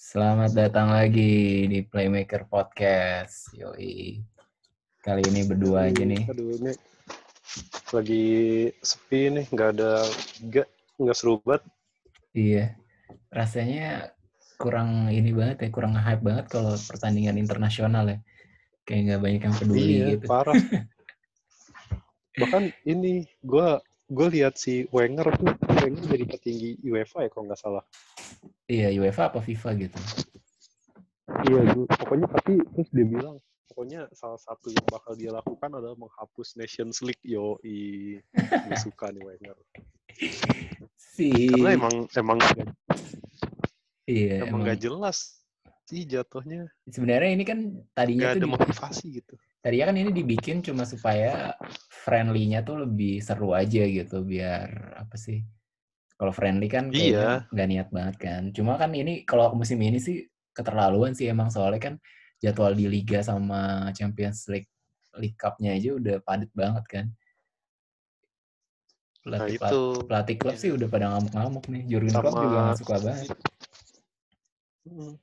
Selamat datang lagi di Playmaker Podcast. Yoi. Kali ini berdua aja nih. Aduh, ini lagi sepi nih, nggak seru banget. Iya. Rasanya kurang ini banget ya, kurang hype banget kalau pertandingan internasional ya. Kayak nggak banyak yang peduli Iya, gitu. parah. Bahkan ini gue lihat si Wenger jadi petinggi UEFA ya kalau nggak salah. Iya, UEFA apa FIFA gitu. Iya, pokoknya tapi terus dia bilang pokoknya salah satu yang bakal dia lakukan adalah menghapus Nations League. Gue suka nih Wenger. Karena Si emang iya nggak emang jelas sih jatuhnya, sebenarnya ini kan tadinya nggak tuh ada motivasi gitu. tadinya kan ini dibikin cuma supaya friendly-nya tuh lebih seru aja gitu biar apa sih? Kalau friendly kan kayaknya Iya, nggak niat banget kan. Cuma kan ini kalau musim ini sih keterlaluan sih emang soalnya kan jadwal di Liga sama Champions League League Cup-nya aja udah padat banget kan. nah Pelatih itu pelatih klub sih ya. udah pada ngamuk-ngamuk nih. Jurgen Klopp juga Sama nggak suka banget. Hmm.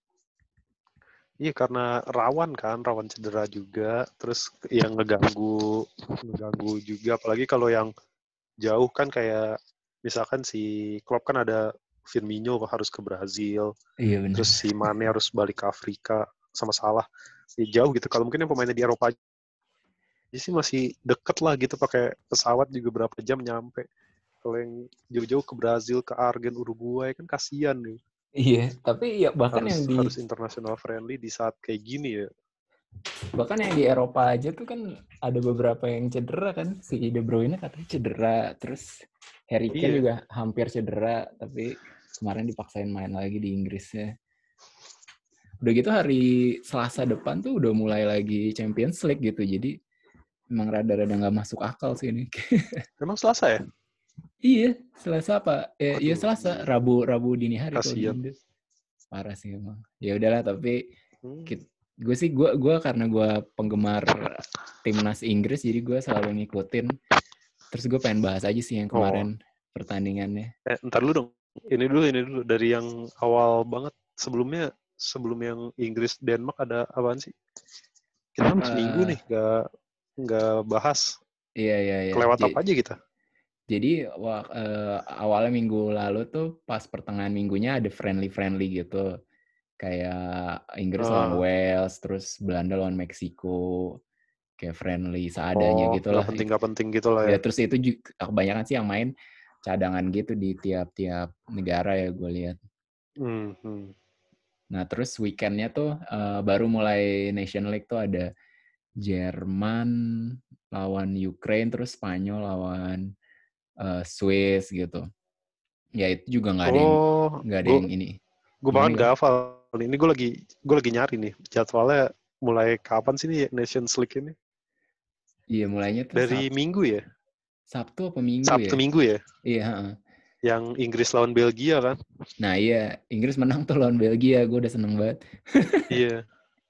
Iya karena rawan cedera juga, terus yang ngeganggu juga, apalagi kalau yang jauh kan kayak misalkan si Klopp kan ada Firmino harus ke Brazil, Iya terus benar. si Mane harus balik ke Afrika sama Salah, jauh gitu. Kalau mungkin yang pemainnya di Eropa aja sih masih deket lah gitu, pakai pesawat juga berapa jam nyampe. Kalau yang jauh-jauh ke Brazil, ke Argen, Uruguay kan kasihan nih. Iya, tapi ya bahkan Harus yang harus international friendly di saat kayak gini ya. di Eropa aja tuh kan ada beberapa yang cedera kan. Si De Bruyne katanya cedera, terus Harry Kane Iya. juga hampir cedera, tapi kemarin dipaksain main lagi di Inggrisnya. Udah gitu hari Selasa depan tuh udah mulai lagi Champions League gitu. Jadi emang rada-rada nggak masuk akal sih ini. Memang Selasa ya? Iya, Selasa apa? Iya Aduh, Selasa, Rabu dini hari kalau di kasihan. Indo. Parah sih emang. Ya udahlah, tapi Hmm. gue karena gue penggemar timnas Inggris, jadi gue selalu ngikutin. Terus gue pengen bahas aja sih yang Oh, kemarin pertandingannya. ntar dulu dong. Ini dulu dari yang awal banget. Sebelum yang Inggris Denmark ada apaan sih? Kita seminggu Uh, nih nggak bahas. iya iya iya. Kelewat apa aja kita? Jadi awalnya minggu lalu tuh pas pertengahan minggunya ada friendly gitu. Kayak Inggris lawan Ah, Wales, terus Belanda lawan Meksiko. Kayak friendly seadanya nggak gitulah. penting gitu lah Ya ya. terus itu juga, kebanyakan sih yang main cadangan gitu di tiap-tiap negara ya gue lihat. Hmm. Nah terus weekendnya tuh baru mulai Nation League tuh ada Jerman lawan Ukraine, terus Spanyol lawan Swiss gitu. Ya itu juga Oh, nggak ada gue yang ini. gue Gimana bahkan gimana? nggak hafal. Ini gue lagi nyari nih jadwalnya mulai kapan sih nih Nations League ini? Iya mulainya tuh Dari Minggu ya? Sabtu apa Minggu Sabtu ya? Minggu ya? Iya. Heeh. Yang Inggris lawan Belgia kan? Nah iya Inggris menang tuh lawan Belgia, gue udah seneng banget. Iya,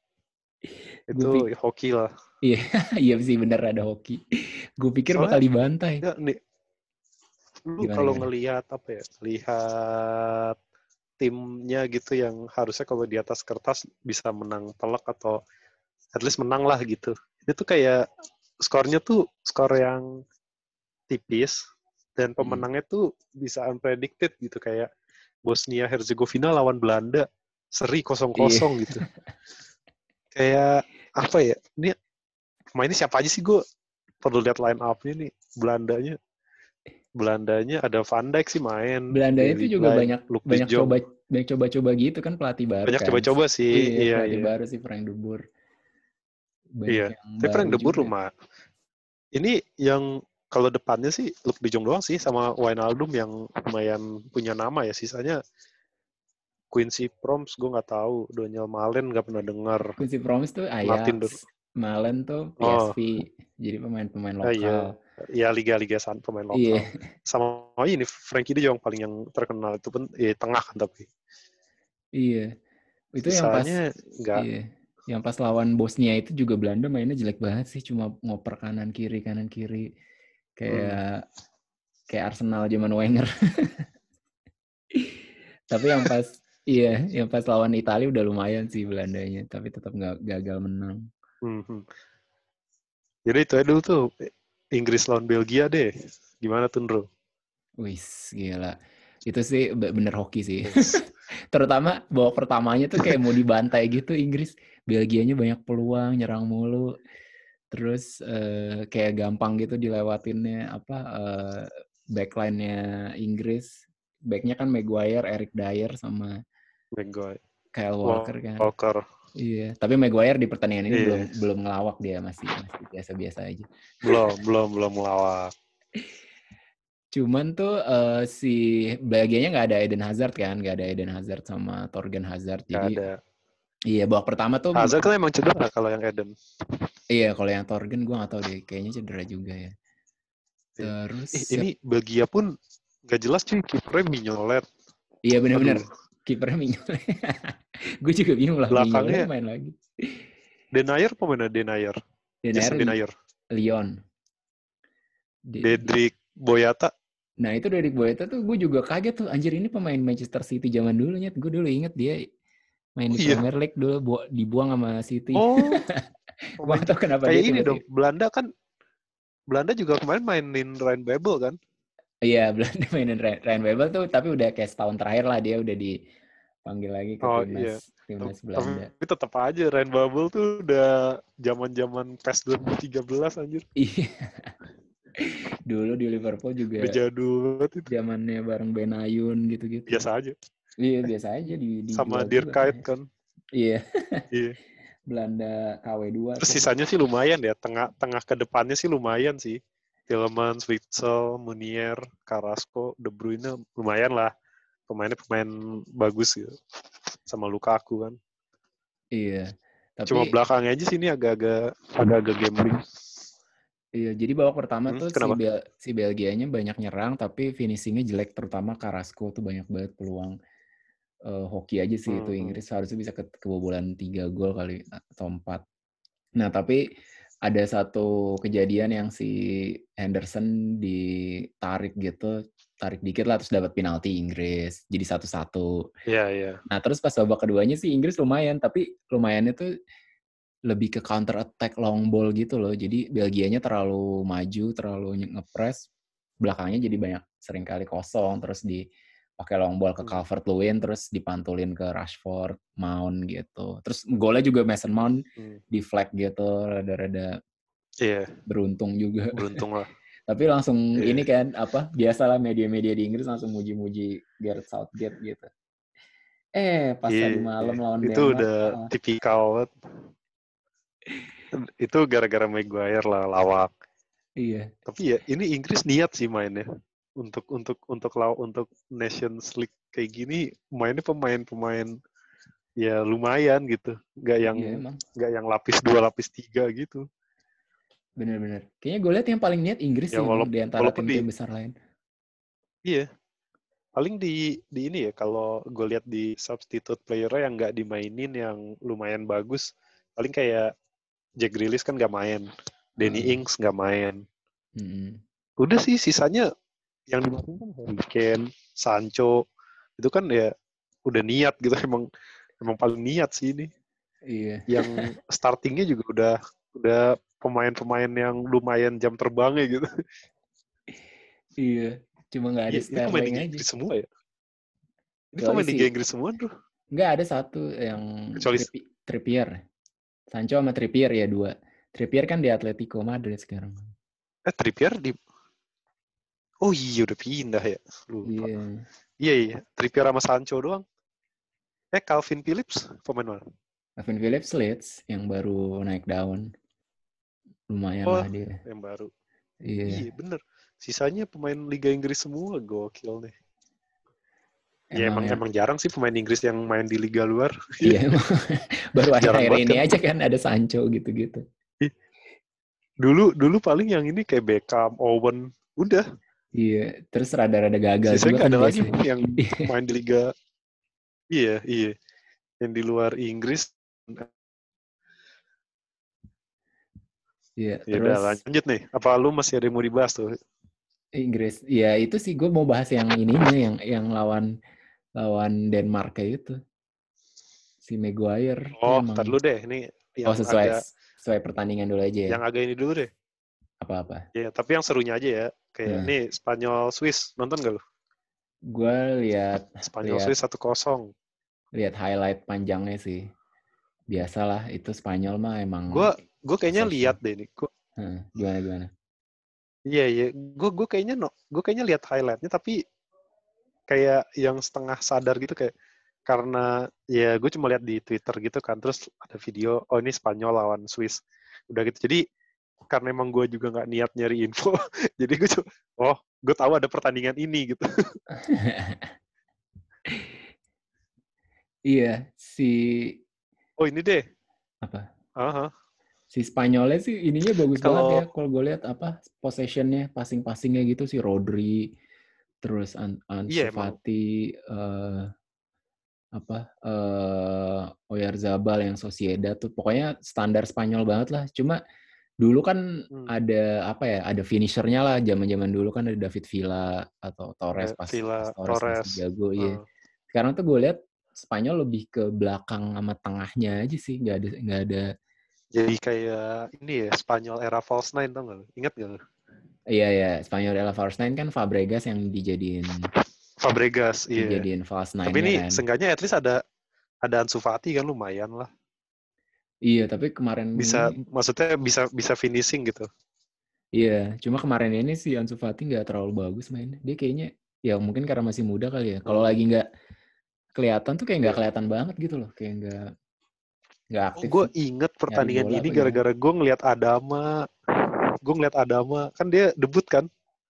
Gue itu pikir hoki lah. iya iya sih bener ada hoki. Gue pikir bakal Soalnya dibantai. ya nih, lu Gimana kalau gimana? ngelihat apa ya, lihat timnya gitu yang harusnya kalau di atas kertas bisa menang telak atau at least menang lah gitu. Itu kayak skornya tuh skor yang tipis dan Hmm. pemenangnya tuh bisa unpredicted gitu, kayak Bosnia Herzegovina lawan Belanda seri 0-0 Iya. gitu. Kayak apa ya? Ini pemainnya siapa aja sih, gue perlu lihat line up-nya nih. Belandanya ada Van Dijk sih main, Belanda itu David juga Blind, banyak Luke de Jong. banyak coba-coba gitu kan pelatih baru Banyak kan. coba-coba sih, Iya, iya pelatih iya. baru sih Frank de Boer. Banyak Iya. yang Tapi baru Frank de Boer juga. rumah. Ini yang kalau depannya sih Luke de Jong doang sih sama Wijnaldum yang lumayan punya nama ya. Sisanya Quincy Promes gue nggak tahu, Daniel Malen nggak pernah dengar, Quincy Promes tuh Martin Ajax, Dur. Malen tuh Oh, PSV. Jadi pemain-pemain iya. lokal. Ya liga-liga pemain Iya, lokal. Sama ini Frankie De Jong paling yang terkenal itu pun tengah kan, tapi iya. Itu yang pas sisanya nggak. iya, yang pas lawan Bosnia itu juga Belanda mainnya jelek banget sih, cuma ngoper kanan kiri Hmm. kayak kayak Arsenal zaman Wenger. Tapi yang pas Iya, yang pas lawan Italia udah lumayan sih Belandanya, tapi tetap nggak gagal menang. Mhm. Jadi itu aja dulu tuh Inggris lawan Belgia deh. Gimana tuh, Bro? Wis, gila. Itu sih bener hoki sih. Yes. Terutama babak pertamanya tuh kayak mau dibantai gitu Inggris. Belgianya banyak peluang, nyerang mulu. Terus kayak gampang gitu dilewatinnya apa backline-nya Inggris. Backnya kan Maguire, Eric Dyer sama Maguire. Kyle Walker kan. Walker. Iya, tapi Maguire di pertandingan ini belum Iya. belum ngelawak, dia masih biasa-biasa aja. Belum melawak. Cuman tuh si Belgianya nggak ada Eden Hazard kan, nggak ada Eden Hazard sama Torgan Hazard. Gak Jadi ada. iya babak pertama tuh Hazard kan emang cedera kalau yang Eden. iya kalau yang Torgan gue nggak tahu deh, kayaknya cedera juga ya. Iya. Terus Ini Belgia pun gak jelas cuy, kipernya Mignolet. iya benar-benar Aduh. kipernya Mignolet. Gue juga bingung lah Mignolet Belakangnya main lagi. Denayer pemainnya Denayer. Denayer Jason Denayer. Lyon. Dedrick Boyata. Nah itu dari Boyata tuh gue juga kaget tuh, anjir ini pemain Manchester City zaman dulu nyet. Gue dulu inget dia main Oh di iya. Premier League dulu dibuang sama City. Oh, Gue gak tau kenapa kayak dia ini tiba-tiba. dong. Belanda juga kemarin mainin Ryan Babel kan? Iya, Belanda mainin Ryan Babel tuh, tapi udah kayak setahun terakhir lah dia udah dipanggil lagi ke Oh iya. timnas Belanda. Tapi tetap aja Ryan Babel tuh udah zaman-zaman PES 2013 anjir. Iya. Dulu di Liverpool juga Udah jadul banget itu. zamannya bareng Benayoun gitu-gitu. Biasa aja. Iya, biasa aja Sama dijual juga Dirk kan. Kuyt kan. Iya. Iya. Belanda KW2 Terus tuh. sisanya sih lumayan ya. Tengah ke depannya sih lumayan sih. Tielemans, Witsel, Meunier, Carrasco, De Bruyne lumayan lah. Pemainnya pemain bagus gitu. Sama Lukaku kan. Iya. Cuma Tapi belakangnya aja sih ini agak-agak gambling. iya, jadi babak pertama tuh Kenapa? si Belgianya banyak nyerang tapi finishingnya jelek, terutama Carrasco tuh banyak banget peluang. Hoki aja sih itu Inggris harusnya bisa kebobolan 3 gol kali atau 4. Nah, tapi ada satu kejadian yang si Henderson ditarik gitu, tarik dikit lah terus dapat penalti Inggris. Jadi 1-1. Iya, iya. Nah, terus pas babak keduanya sih Inggris lumayan, tapi lumayannya tuh lebih ke counter attack long ball gitu loh. Jadi Belgianya terlalu maju, terlalu ngepress, belakangnya jadi banyak seringkali kosong, terus dipakai long ball ke Calvert-Lewin, terus dipantulin ke Rashford, Mount gitu. Terus golnya juga Mason Mount di flag gitu, rada-rada beruntung juga. Beruntung lah. Tapi langsung ini kan biasalah media-media di Inggris langsung muji-muji Gareth Southgate gitu. Pas tadi malam lawan itu Denmark udah tipikal banget. Itu gara-gara Maguire lah lawak. Iya. Tapi ya ini Inggris niat sih mainnya. Untuk Nations League kayak gini mainnya pemain ya lumayan gitu. Nggak yang lapis 2, lapis 3 gitu. Bener-bener. Kayaknya gue lihat yang paling niat Inggris Ya, sih emang di antara tim-tim besar lain. Iya. Paling di ini ya, kalau gue lihat di substitute player-nya yang nggak dimainin yang lumayan bagus, paling kayak Jack Grealish kan nggak main, Danny Ings nggak main. Udah sih sisanya yang dimainin kan Harry Kane, Sancho, itu kan ya udah niat gitu, emang paling niat sih ini. Iya. Yang startingnya juga udah pemain-pemain yang lumayan jam terbangnya gitu. Iya. Cuma nggak ada Sterling aja. Inggris semua ya? Ini pemain Liga Inggris semua tuh? Nggak, ada satu yang Trippier. Sancho sama Trippier ya 2. Trippier kan di Atletico Madrid sekarang. Trippier di... Oh iya udah pindah ya. Lupa. Iya. Trippier sama Sancho doang. Calvin Phillips pemain mana? Calvin Phillips Leeds yang baru naik daun. Lumayan lah dia. Yang baru. Iya, bener. Sisanya pemain Liga Inggris semua, gokil nih. Emang jarang sih pemain Inggris yang main di liga luar. Iya, baru akhir-akhir ini kan aja kan ada Sancho gitu-gitu. Dulu paling yang ini kayak Beckham, Owen, udah. Iya, terus rada-rada gagal sisanya juga kan ada biasanya. Lagi yang main di liga. Iya. Yang di luar Inggris. Iya, terus lanjut nih. Apa lu masih ada yang mau dibahas tuh? Inggris. Ya itu sih gue mau bahas yang ininya yang lawan lawan Denmark kayak itu. Si Maguire tuh Oh, ntar emang dulu deh. Ini yang agak sesuai pertandingan dulu aja ya. yang agak ini dulu deh. Apa-apa. Ya, tapi yang serunya aja ya. Kayak nih Spanyol Swiss, nonton gak lu? Gue lihat Spanyol lihat Swiss 1-0. lihat highlight panjangnya sih. Biasalah itu Spanyol mah emang Gue kayaknya possession. lihat deh nih. Gimana gimana? Iya iya, gue kayaknya lihat highlightnya tapi kayak yang setengah sadar gitu kayak karena ya gue cuma lihat di Twitter gitu kan terus ada video oh ini Spanyol lawan Swiss udah gitu jadi karena emang gue juga nggak niat nyari info jadi gue cuma oh gue tahu ada pertandingan ini gitu. Iya, si Oh ini deh. apa? Aha. Si Spanyolnya sih ininya bagus banget ya. Kalau Kalau gue lihat apa possessionnya, passing-passingnya gitu si Rodri, terus iya Ansu emang Fati, Oyarzabal yang Sociedad tuh pokoknya standar Spanyol banget lah. Cuma dulu kan hmm, ada apa ya? Ada finishernya lah. Zaman-zaman dulu kan ada David Villa atau ada Torres pas Villa Torres masih Torres. jago ya. Sekarang tuh gue lihat Spanyol lebih ke belakang sama tengahnya aja sih. Nggak ada. Jadi kayak ini ya Spanyol era false nine tau gak lu? Ingat gak lu? Iya ya, Spanyol Ella False Nine kan Fabregas yang Fabregas iya. dijadiin false Tapi nine-nya ini kan. seenggaknya at least ada Ansu Fati kan lumayan lah. Iya, tapi kemarin Bisa ini maksudnya bisa finishing gitu. iya, cuma kemarin ini si Ansu Fati nggak terlalu bagus mainnya. Dia kayaknya ya mungkin karena masih muda kali ya. Kalau lagi nggak kelihatan tuh kayak nggak Iya. kelihatan banget gitu loh, kayak nggak Oh, aktif gue inget nyari pertandingan bola ini apa gimana. gara-gara gue ngeliat Adama. Gue ngeliat Adama, kan dia debut kan?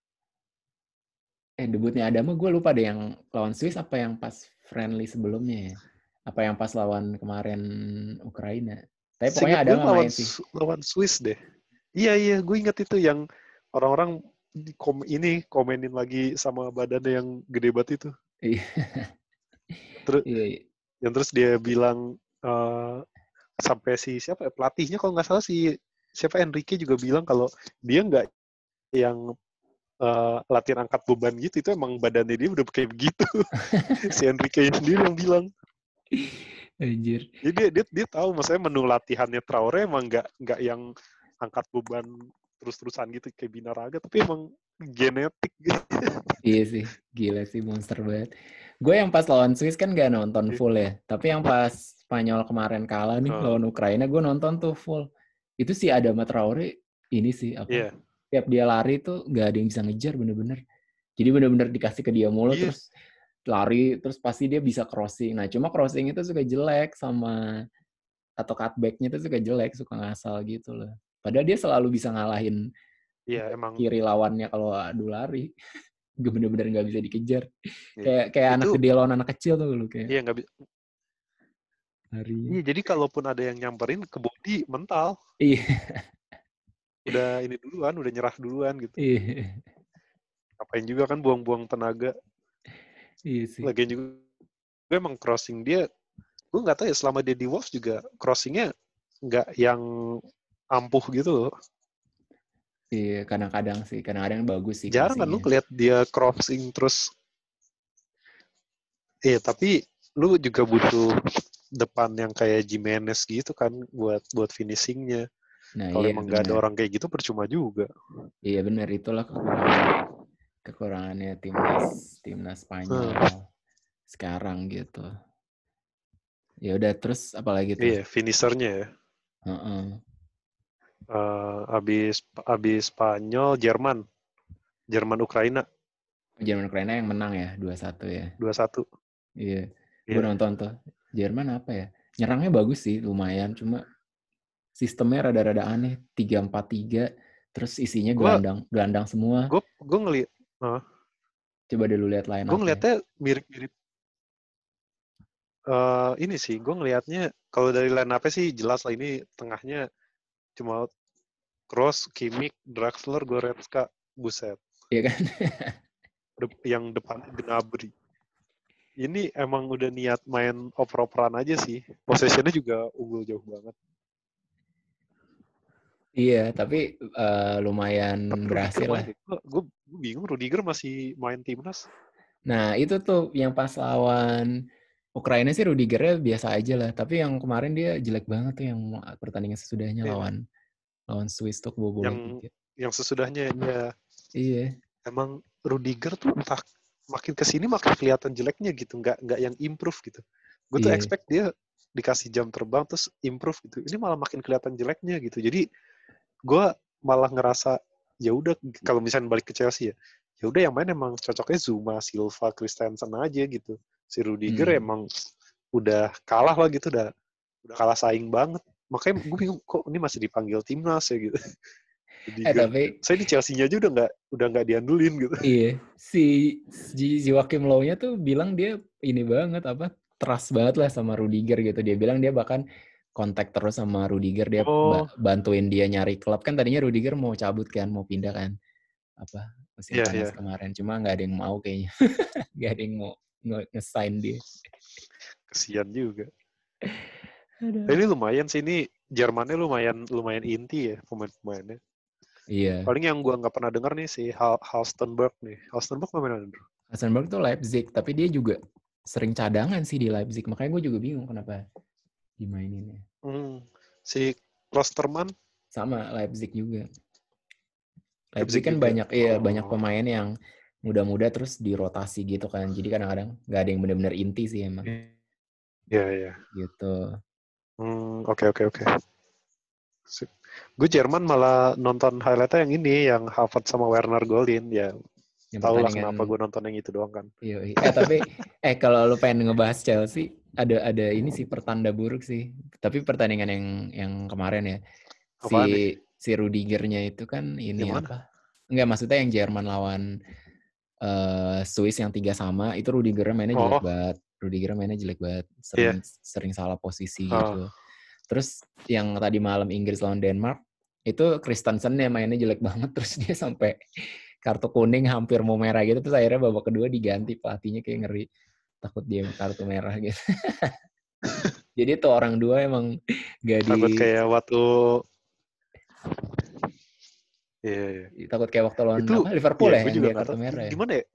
Debutnya Adama gue lupa deh yang lawan Swiss apa yang pas friendly sebelumnya ya. Apa yang pas lawan kemarin Ukraina. Tapi pokoknya Seingat gue Adama lawan main sih. lawan Swiss deh. Iya iya, gue inget itu yang orang-orang ini komenin lagi sama badannya yang gede banget itu. Iya, Terus iya. yang terus dia bilang sampai si siapa ya, pelatihnya kalau nggak salah si siapa Enrique juga bilang kalau dia nggak yang latihan angkat beban gitu itu emang badannya dia udah kayak begitu. Si Enrique sendiri yang bilang. Anjir. Jadi dia tahu maksudnya menu latihannya Traore emang nggak yang angkat beban terus-terusan gitu kayak Binaraga tapi emang genetik gitu. Iya sih, gila sih monster banget. Gue yang pas lawan Swiss kan gak nonton full ya, tapi yang pas Spanyol kemarin kalah nih Uh, lawan Ukraina, gue nonton tuh full. Itu sih Adama Traore, ini sih apa, yeah. tiap dia lari tuh gak ada yang bisa ngejar bener-bener. Jadi bener-bener dikasih ke dia mulu, Iya. terus lari, terus pasti dia bisa crossing. Nah cuma crossing itu suka jelek sama, atau cutbacknya itu suka jelek, suka ngasal gitu loh. Padahal dia selalu bisa ngalahin Iya emang kiri lawannya kalau adu lari. Gue bener-bener nggak bisa dikejar. iya. Kayak anak Itu gede lawan anak kecil tuh lu kayak iya nggak bisa. larinya. Iya jadi kalaupun ada yang nyamperin ke body mental Iya, udah ini duluan udah nyerah duluan gitu. iya, Ngapain juga kan buang-buang tenaga. iya sih. Lagian juga emang crossing dia gue nggak tahu ya selama dia di Wolves juga crossingnya nggak yang ampuh gitu loh. Iya, kadang-kadang sih, kadang-kadang bagus sih Jarang kan lu crossingnya. ngeliat dia crossing terus. Iya, tapi lu juga butuh depan yang kayak Jimenez gitu kan buat finishingnya. Nah Kalau iya emang nggak ada benar, orang kayak gitu percuma juga. iya benar itulah kekurangannya timnas timnas Hmm, Spanyol sekarang gitu. Ya udah terus apalagi tuh? iya, finishernya ya. Heeh. Abis Spanyol, Jerman Ukraina Jerman Ukraina yang menang ya 2-1 ya. 2-1. Iya, gue Iya. nonton tuh. Jerman apa ya? Nyerangnya bagus sih, lumayan. Cuma sistemnya rada-rada aneh, 3-4-3, terus isinya Gue gelandang semua. gue ngeliat, Coba dulu lihat line gue up-nya. ngeliatnya mirip-mirip. Ini sih, gue ngelihatnya kalau dari line up sih jelas lah ini tengahnya cuma Kroos, Kimmich, Draxler, Goretzka, buset. Iya kan? Yang depan Gnabry. Ini emang udah niat main oper-operan aja sih. Possessionnya juga unggul jauh banget. Iya, tapi lumayan Tapi Rudiger berhasil main lah. ya. Gue bingung Rudiger masih main timnas. Nah, itu tuh yang pas lawan Ukraina sih Rudigernya biasa aja lah. Tapi yang kemarin dia jelek banget tuh yang pertandingan sesudahnya Iya. lawan Swiss tuh kebobolan Yang 3. sesudahnya ya Iya, emang Rudiger tuh entah makin kesini makin kelihatan jeleknya gitu, nggak yang improve gitu. Gue tuh iya. expect dia dikasih jam terbang terus improve gitu. Ini malah makin kelihatan jeleknya gitu. Jadi gue malah ngerasa ya udah kalau misalnya balik ke Chelsea ya udah yang main emang cocoknya Zuma, Silva, Christensen aja gitu. Si Rudiger Hmm. emang udah kalah lah gitu, udah kalah saing banget. Makanya gue bingung kok ini masih dipanggil timnas ya gitu. Rudiger. Tapi Saya di Chelsea-nya aja udah nggak diandulin gitu. iya, si Joachim Low-nya tuh bilang dia ini banget apa trust banget lah sama Rudiger gitu. Dia bilang dia bahkan kontak terus sama Rudiger, dia Oh, bantuin dia nyari klub. Kan tadinya Rudiger mau cabut kan, mau pindah kan apa musim iya panas iya. kemarin. Cuma nggak ada yang mau kayaknya. Nggak ada yang mau nge-sign dia. Kesian juga. Aduh. Ini lumayan sih, ini Jermannya lumayan inti ya pemain-pemainnya. Iya. Paling yang gua nggak pernah dengar nih si Halstenberg nih. Halstenberg mana dulu? Hasenberg tuh Leipzig, tapi dia juga sering cadangan sih di Leipzig. Makanya gue juga bingung kenapa dimaininnya. Si Klosterman Sama Leipzig juga. Leipzig Leipzig kan juga. banyak banyak Oh, pemain yang muda-muda terus dirotasi gitu kan. Jadi kadang-kadang nggak ada yang benar-benar inti sih emang. iya iya. Gitu. Oke oke oke. Gue Jerman malah nonton highlightnya yang ini, yang Havertz sama Werner golin. Ya, Yang tau lah pertandingan kenapa gue nonton yang itu doang kan. iya. Tapi kalau lu pengen ngebahas Chelsea ada ini sih pertanda buruk sih. Tapi pertandingan yang kemarin ya. Si Apaan nih? si Rudigernya itu kan Yang ini mana? apa? Enggak, maksudnya yang Jerman lawan Swiss yang 3-3, itu Rudiger mainnya jelek Oh, banget. Rudiger mainnya jelek banget, iya. sering salah posisi Oh, gitu. Terus yang tadi malam Inggris lawan Denmark, itu Christensen yang mainnya jelek banget, terus dia sampai kartu kuning hampir mau merah gitu, terus akhirnya babak kedua diganti, pelatihnya kayak ngeri, takut dia kartu merah gitu. Jadi tuh orang dua emang gak takut kayak waktu iya, iya. takut kayak waktu lawan Itu Liverpool ya ya gue yang juga dia nggak kartu tahu merah ya. gimana ya.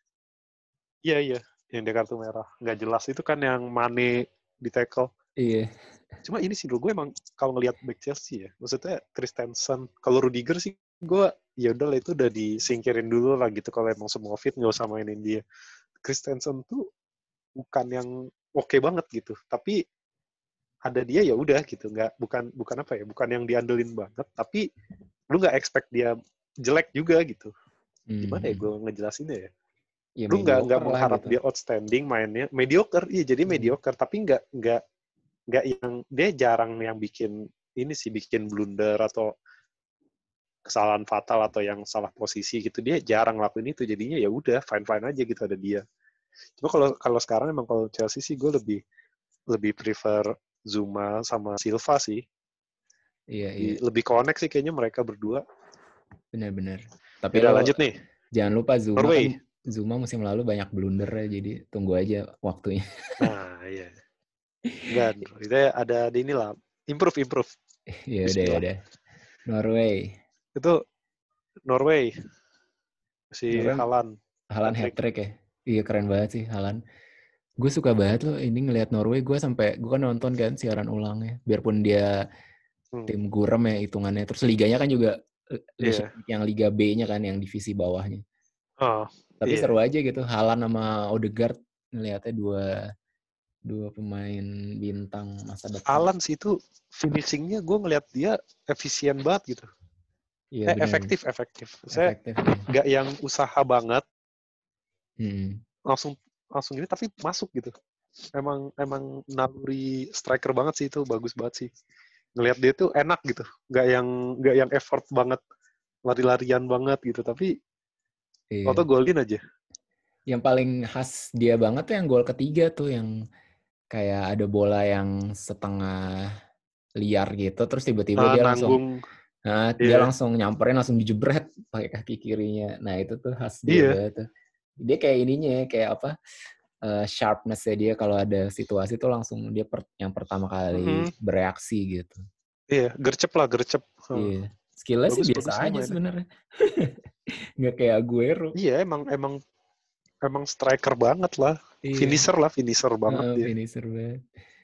Iya iya, yang dia kartu merah nggak jelas itu kan yang Mane di tackle. Iya. Cuma ini sih dulu gue emang kalau ngelihat back Chelsea ya, maksudnya Christensen, kalau Rudiger sih gue ya udah lah itu udah disingkirin dulu lah gitu, kalau emang semua fit nggak usah mainin dia. Christensen tuh bukan yang oke banget gitu, tapi ada dia ya udah gitu, nggak bukan apa ya, bukan yang diandelin banget, tapi lu nggak expect dia jelek juga gitu. Gimana ya gue ngejelasinnya ya? Ya Lu nggak mediocre lah mengharap gitu. dia outstanding mainnya, mediocre, iya jadi mediocre, tapi nggak yang dia jarang yang bikin ini sih, bikin blunder atau kesalahan fatal atau yang salah posisi gitu, dia jarang lakuin itu, jadinya ya udah fine fine aja gitu ada dia. Cuma kalau sekarang emang kalau Chelsea sih gue lebih prefer Zuma sama Silva sih. Iya, iya. Lebih connect sih kayaknya mereka berdua. Benar-benar. Tapi Yaudah lo lanjut nih. jangan lupa Norway. Zuma musim lalu banyak blunder ya, jadi tunggu aja waktunya. Nah, iya. Enggak, itu ada di inilah. Improve. Ya Bismillah. udah. Norway. Itu Norway. Si Norway Haaland. Haaland Hat-trick. hat-trick ya. Iya keren banget sih Haaland. Gue suka banget loh ini ngelihat Norway. Gue kan nonton kan siaran ulangnya. Biarpun dia tim gurem ya hitungannya. Terus liganya kan juga Iya. yang Liga B-nya kan, yang divisi bawahnya. Oh, Tapi iya. seru aja gitu. Haaland sama Odegaard ngelihatnya dua pemain bintang masa depan. Haaland sih itu finishingnya gue ngeliat dia efisien banget gitu. Iya benar. Efektif. Saya Efektif ya. nggak yang usaha banget Hmm. langsung gini tapi masuk gitu. Emang naluri striker banget sih, itu bagus banget sih. Ngelihat dia tuh enak gitu, nggak yang effort banget, lari-larian banget gitu, tapi Iya. waktu golin aja. Yang paling khas dia banget tuh yang gol ketiga tuh, yang kayak ada bola yang setengah liar gitu, terus tiba-tiba Nanggung, dia iya, langsung nyamperin, langsung dijebret pakai kaki kirinya. Nah itu tuh khas dia iya, banget tuh. Dia kayak ininya ya, kayak apa, sharpness-nya dia kalau ada situasi tuh langsung dia yang pertama kali bereaksi gitu. iya, gercep. Iya, skillnya sih Bagus biasa sih aja mainnya. sebenarnya. Nggak kayak Aguero. Iya, emang emang striker banget lah. Iya. Finisher banget dia. Finisher banget.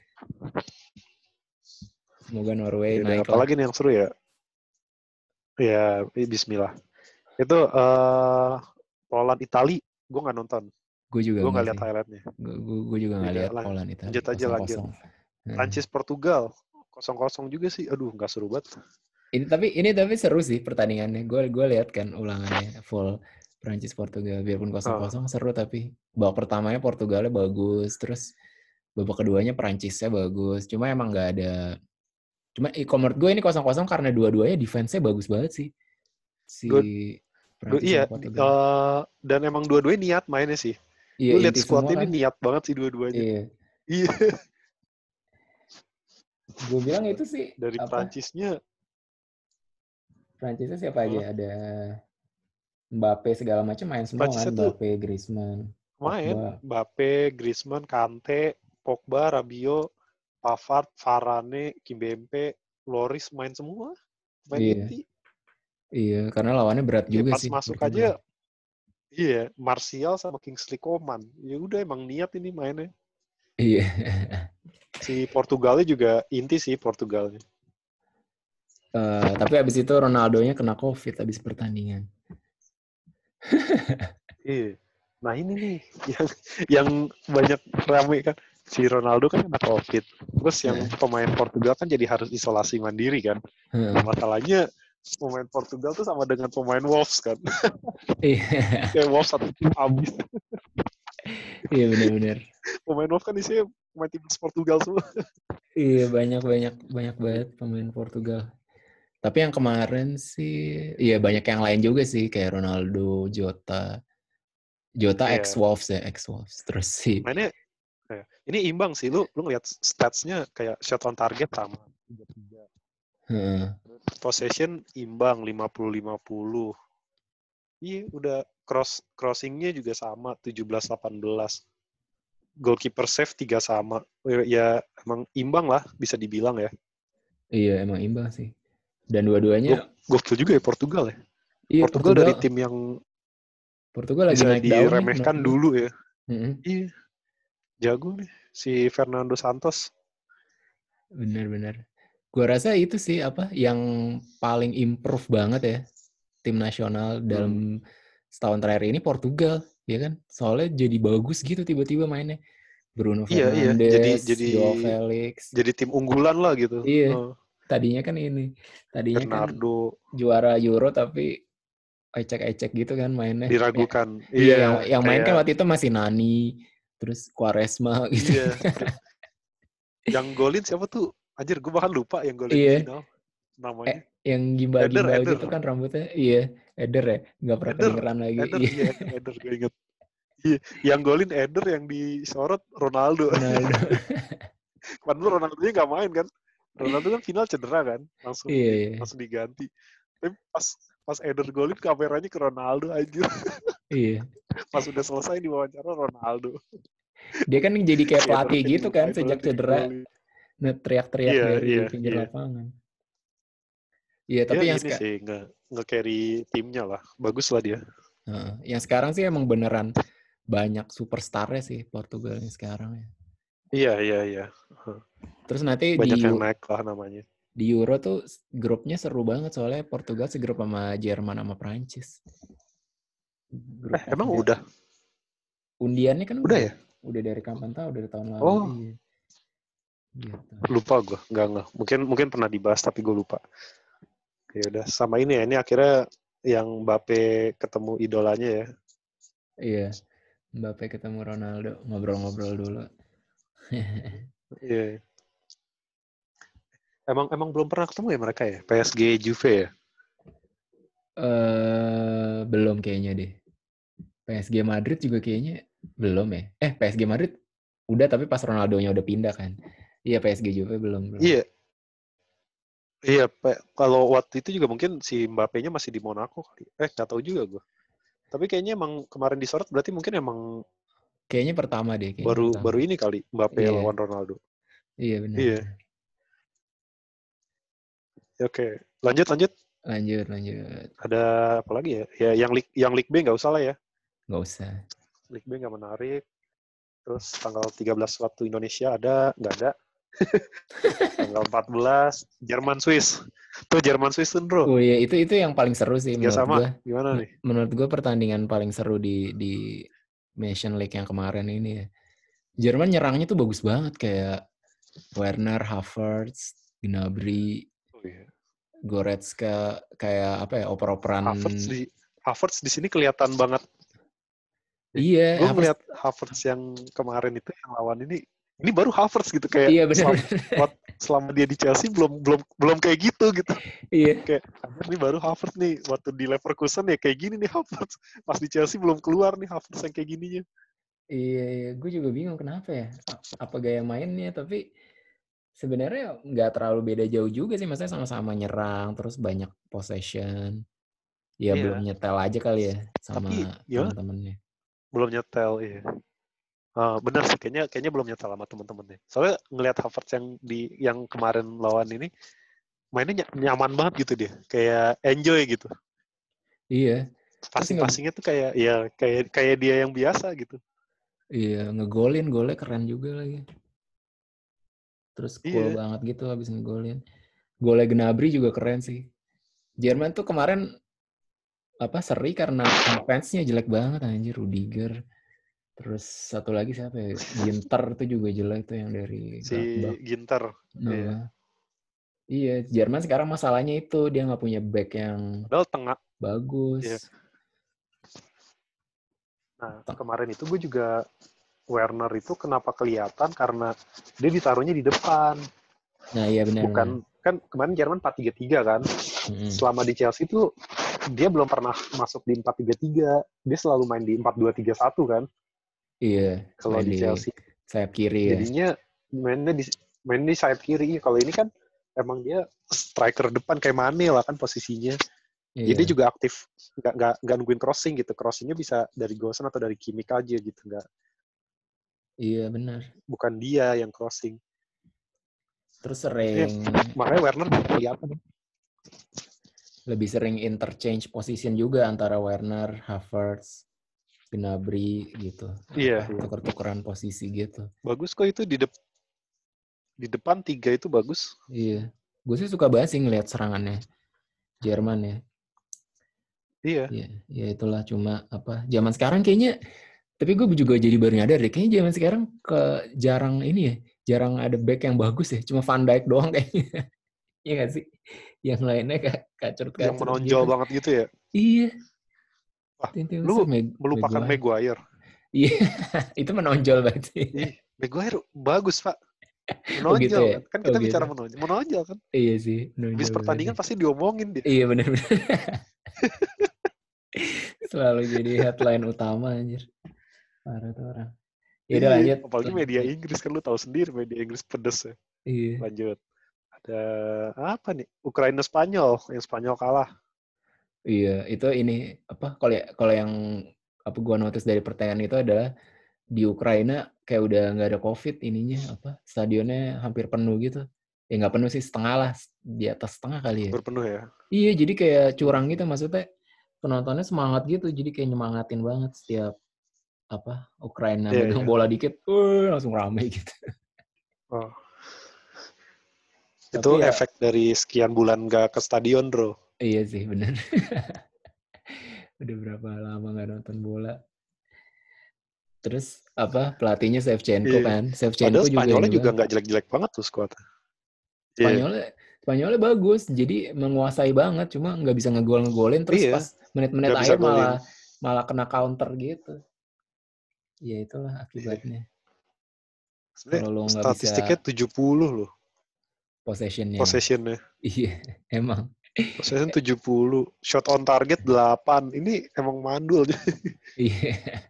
Semoga Norway Ya, naik lah. apalagi nih yang seru ya? Ya, Bismillah. Itu Poland Itali, gue nggak nonton. Gue juga Gue enggak nggak lihat sih. highlightnya. Gue juga nggak Iya, lihat Poland Italia lanjut. 0-0. Prancis Portugal 0-0 juga sih. Aduh, nggak seru banget. Ini tapi seru sih pertandingannya. Gue lihat kan ulangannya full Prancis Portugal, biarpun 0-0 seru, tapi babak pertamanya Portugalnya bagus, terus babak keduanya Prancisnya bagus. Cuma emang nggak ada. Cuma menurut gue ini 0-0 karena dua-duanya defense-nya bagus banget sih. Si Prancis Iya, sama Portugal. dan emang dua-duanya niat mainnya sih. Iya, Lu lihat inti semua squad ini kan. niat banget sih dua-duanya. Iya. Iya. Gue bilang itu sih Dari apa? Prancisnya Prancisnya siapa aja? Ada Mbappe segala macam main semua kan, tuh Mbappe, Griezmann, main Pogba. Mbappe, Griezmann, Kante, Pogba, Rabiot, Pavard, Varane, Kimpembe, Loris main semua. Main Iya. inti. Iya, karena lawannya berat Iya, juga pas sih masuk Portugal. aja iya, Martial sama Kingsley Coman. Ya udah emang niat ini mainnya. Iya. Si Portugalnya juga inti sih Portugalnya. Tapi abis itu Ronaldonya kena COVID abis pertandingan. Iya. Nah ini nih yang banyak rame kan. Si Ronaldo kan kena COVID. Terus yang pemain Portugal kan jadi harus isolasi mandiri kan. Masalahnya pemain Portugal tuh sama dengan pemain Wolves kan. Iya. Kayak Wolves satu tim abis. Iya benar-benar. Pemain Wolves kan isinya pemain timnas Portugal semua. Iya banyak banget pemain Portugal. Tapi yang kemarin sih, iya banyak yang lain juga sih kayak Ronaldo, Jota Iya. ex-Wolves ya, ex-Wolves. Terus sih. Mainnya ini imbang sih. Lu ngeliat statsnya kayak shot on target sama 3-3. Possession imbang 50-50. Iya, udah crossingnya juga sama 17-18. Goalkeeper save 3 sama. Ya emang imbang lah bisa dibilang ya. Iya emang imbang sih. Dan dua-duanya. Gokil juga ya Portugal ya. Iya Portugal dari tim yang Portugal lagi bisa naik daun nih menurut diremehkan gue. dulu ya. Iya, jago nih si Fernando Santos. Bener-bener. Gue rasa itu sih apa yang paling improve banget ya tim nasional dalam setahun terakhir ini Portugal, ya kan? Soalnya jadi bagus gitu tiba-tiba mainnya. Bruno Iya. Fernandes, Joao Felix. Jadi tim unggulan lah gitu. Iya. Tadinya kan Bernardo juara Euro tapi ecek-ecek gitu kan mainnya. diragukan. Iya, yang main kan kayak waktu itu masih Nani, terus Quaresma gitu. iya. Yang golin siapa tuh? Anjir, gue bahkan lupa yang golin di Iya. final namanya. Yang gimbal-gimbal Eder. gitu kan rambutnya. Iya, Eder ya. Nggak pernah kedengeran lagi. Iya. Eder, gue inget. Iya, yang golin Eder, yang disorot Ronaldo. Ronaldo. Padahal Ronaldo-nya nggak main kan. Ronaldo kan final cedera kan, Iya. langsung diganti. Tapi pas Eder golin kameranya ke Ronaldo aja. Iya. Pas udah selesai diwawancara Ronaldo. Dia kan jadi kayak Si pelatih Edernya gitu kan dilupain sejak banget cedera. digolin. Teriak-teriak dari pinggir Iya. lapangan. Iya, Dia tapi yang ini sih nge-carry timnya lah. Bagus lah dia. yang sekarang sih emang beneran banyak superstarnya sih Portugal yang sekarang ya. Iya. Terus nanti banyak yang naik lah namanya. Di Euro tuh grupnya seru banget soalnya Portugal segrup sama Jerman sama Prancis. Emang udah? Undiannya kan udah ya? Udah dari kapan tahu, dari tahun lalu. Oh. Iya. Gitu. Lupa gue, enggak. Mungkin pernah dibahas tapi gue lupa. Ya udah, sama ini ya. Ini akhirnya yang Mbappe ketemu idolanya ya. Iya. Mbappe ketemu Ronaldo, ngobrol-ngobrol dulu. Iya. Emang belum pernah ketemu ya mereka ya? PSG Juve ya? Belum kayaknya deh. PSG Madrid juga kayaknya belum ya. PSG Madrid udah tapi pas Ronaldonya udah pindah kan. Iya, PSG Juve belum. Iya, kalau waktu itu juga mungkin si Mbappe-nya masih di Monaco kali. Nggak tahu juga gue. Tapi kayaknya emang kemarin disorot berarti mungkin emang kayaknya pertama deh. Baru ini kali Mbappe lawan Ronaldo. Iya benar. Iya. Oke, lanjut. Lanjut. Ada apa lagi ya? Ya yang League B nggak usah lah ya. Nggak usah. League B nggak menarik. Terus tanggal 13 waktu Indonesia ada, nggak ada. Tanggal 14 Jerman Swiss. Tuh Jerman Swiss tuh, bro. Oh iya, itu yang paling seru sih Tiga menurut sama. gue. Gimana nih? Menurut gue pertandingan paling seru di Nation League yang kemarin ini ya. Jerman nyerangnya tuh bagus banget kayak Werner, Havertz, Gnabry, Oh, iya. Goretzka, kayak apa ya, oper-operan. Havertz di sini kelihatan banget. Iya, Gue Havertz. ngeliat Havertz yang kemarin itu yang lawan ini baru Havertz gitu, kayak Iya benar. selama dia di Chelsea belum kayak gitu. Iya. Kayak ini baru Havertz nih, waktu di Leverkusen ya kayak gini nih Havertz. Pas di Chelsea belum keluar nih Havertz yang kayak gininya. Iya, gue juga bingung kenapa ya. Apa gaya mainnya, tapi sebenarnya nggak terlalu beda jauh juga sih. Maksudnya sama-sama nyerang, terus banyak possession. Ya belum Iya, nyetel aja kali ya tapi sama ya teman-temannya. belum nyetel. Iya. Benar sih, kayaknya belum nyetel sama teman-temannya. Soalnya ngelihat Havertz yang kemarin lawan ini mainnya nyaman banget gitu dia, kayak enjoy gitu. Iya. Terus Passing-passingnya tuh kayak dia yang biasa gitu. iya, ngegolin, golnya keren juga lagi. Terus cool Iya. banget gitu habis ngegolin. Golnya Gnabry juga keren sih. Jerman tuh kemarin seri karena offense-nya jelek banget anjir, Rudiger. Terus satu lagi siapa ya? Ginter tuh juga jelek tuh yang dari Si Gladbach. Ginter. Iya. Nah, iya, Jerman sekarang masalahnya itu dia nggak punya back yang Padahal tengah. Iya. bagus. Nah, kemarin itu gue juga Werner itu kenapa kelihatan karena dia ditaruhnya di depan. Nah, iya benar-benar. Bukan, kan kemarin Jerman 4-3-3 kan. Mm-hmm. Selama di Chelsea itu dia belum pernah masuk di 4-3-3. Dia selalu main di 4-2-3-1 kan. Iya, Kalau main di di Chelsea. sayap kiri ya. Jadinya mainnya di sayap kiri. Kalau ini kan emang dia striker depan kayak Mane lah kan posisinya. Jadi dia Iya, juga aktif, nggak nungguin crossing gitu. Crossingnya bisa dari Gosen atau dari Kimmich aja gitu, iya benar. bukan dia yang crossing. Terus sering Makanya Werner kelihatan. lebih sering interchange position juga antara Werner, Havertz, Gnabry gitu. Iya. Tuker-tukeran posisi gitu. Bagus kok itu di depan 3 itu bagus. Iya. Gue sih suka banget sih ngeliat serangannya Jerman ya. Iya. Iya, ya itulah cuma zaman sekarang kayaknya, tapi gue juga jadi baru nyadar deh, kayaknya zaman sekarang jarang ini ya, jarang ada back yang bagus ya, cuma Van Dijk doang kayaknya. Iya nggak sih? Yang lainnya Yang kacurut-kacurut menonjol gitu. banget gitu ya. Iya. Wah, Tim-tim lu besar melupakan Maguire. Maguire. Iya, itu menonjol banget sih. Maguire bagus, Pak. Oh gitu Menonjol ya? kan. Kan Oh kita gitu. bicara menonjol. Menonjol kan. Iya sih, Habis menonjol banget pertandingan sih. pasti diomongin dia. Iya benar-benar. Selalu jadi headline utama anjir. Parah tuh orang. Ya udah Iya, lanjut. apalagi media Inggris kan, lu tahu sendiri media Inggris pedes ya. Iya. Lanjut. Ada apa nih? Ukraina Spanyol, yang Spanyol kalah. Iya, itu ini kalau yang gua notice dari pertandingan itu adalah di Ukraina kayak udah nggak ada COVID ininya stadionnya hampir penuh gitu. Ya nggak penuh sih, setengah lah, di atas setengah kali ya. Hampir penuh ya. Iya, jadi kayak curang gitu, maksudnya penontonnya semangat gitu, jadi kayak nyemangatin banget setiap Ukraina Iya, megang iya. bola dikit, langsung rame gitu. Oh. Itu Tapi ya efek dari sekian bulan gak ke stadion, bro. iya sih bener. Udah berapa lama nggak nonton bola. Terus pelatihnya Shevchenko Iya. kan, Padahal Shevchenko juga Spanyolnya ini juga banget. nggak jelek-jelek banget tuh skuad. Iya. Spanyolnya bagus, jadi menguasai banget, cuma nggak bisa ngegolin, terus Iya. pas menit-menit Nggak bisa akhir golin. malah kena counter gitu. Ya itulah Iya. akibatnya. Sebenarnya Kalau lo nggak bisa statistiknya 70 loh. possessionnya. Possessionnya. Iya, emang. Possession 70. Shot on target 8. Ini emang mandul. Iya.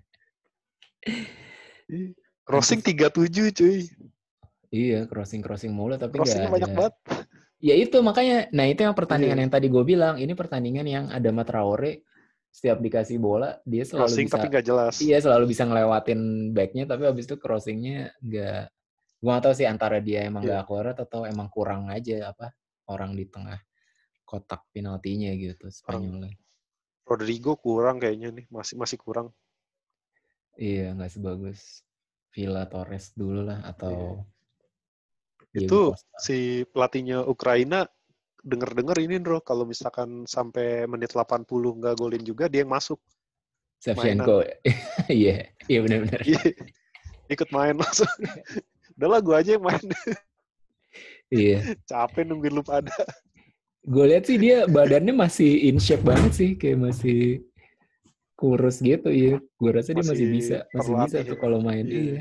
Crossing Pantes. 37, cuy. Iya, crossing mulu tapi nggak Crossingnya ada. banyak banget. Ya itu makanya, nah itu yang pertandingan Iya. yang tadi gue bilang, ini pertandingan yang ada Traore, setiap dikasih bola dia selalu Crossing tapi bisa, nggak jelas. iya selalu bisa ngelewatin backnya, tapi habis itu crossingnya nggak, gue nggak tahu sih antara dia emang nggak Iya. akurat atau emang kurang aja orang di tengah kotak penaltinya gitu Orang Spanyolnya. Rodrigo kurang kayaknya nih, masih kurang. Iya, nggak sebagus Villa Torres dulu lah atau Diego Itu Costa. si pelatihnya Ukraina denger-denger ini bro, kalau misalkan sampai menit 80 nggak golin juga, dia yang masuk mainan. Shevchenko. Iya, iya benar-benar. Ikut main langsung. Udah lah gue aja yang main. Iya. Capek nungguin lu pada. Gue lihat sih dia badannya masih in shape banget sih, kayak masih kurus gitu ya. Gue rasa dia masih Masih bisa terlatih tuh ya. kalau main. Iya. Iya.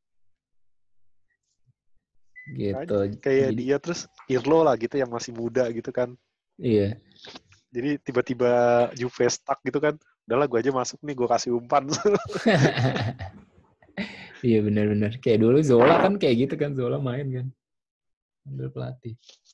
Gitu. Kayak Jadi dia terus Pirlo lah gitu yang masih muda gitu kan. iya. Jadi tiba-tiba Juve stuck gitu kan. Udahlah gue aja masuk nih, gue kasih umpan. Iya benar-benar. Kayak dulu Zola kan kayak gitu kan, Zola main kan. Ambil pelatih.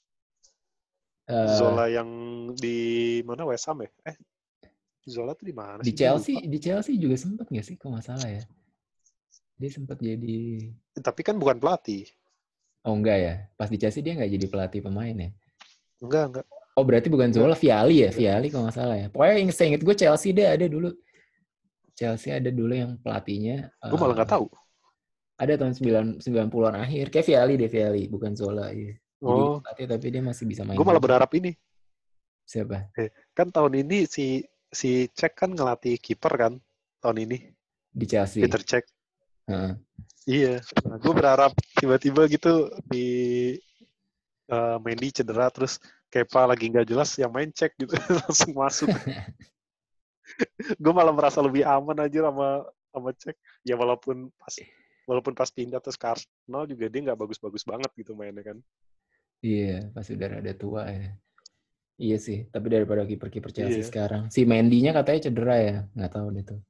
Zola yang di mana, West Ham ya? Zola tuh di mana Di sih? Gue lupa. Chelsea juga sempat nggak sih, kalau nggak salah ya. Dia sempat jadi. Tapi kan bukan pelatih. Oh enggak ya. Pas di Chelsea dia nggak jadi pelatih pemain ya. Enggak. Oh berarti bukan Enggak. Zola, Vialli ya, Enggak. Vialli kalau nggak salah ya. Pokoknya yang saya ingat gue Chelsea dia ada dulu. Chelsea ada dulu yang pelatihnya. Gue malah nggak tahu. Ada tahun 90-an akhir. Kayak Vialli, bukan Zola. Iya. Jadi dia Oh, pelatih tapi dia masih bisa main gue malah juga. berharap ini. Siapa? Kan tahun ini si Cech kan ngelatih kiper kan tahun ini. Di Chelsea. Peter Cech. Heeh. Iya. Nah, gue berharap tiba-tiba gitu di Mendy cedera terus Kepa lagi nggak jelas yang main Cech gitu langsung masuk. Gue malah merasa lebih aman aja sama Cech. Ya walaupun pas pindah terus ke Arsenal juga dia nggak bagus-bagus banget gitu mainnya kan. Iya, pas udah rada tua ya. Iya sih, tapi daripada kiper-kiper Chelsea Iya. sekarang. Si Mendy-nya katanya cedera ya, nggak tahu deh tuh.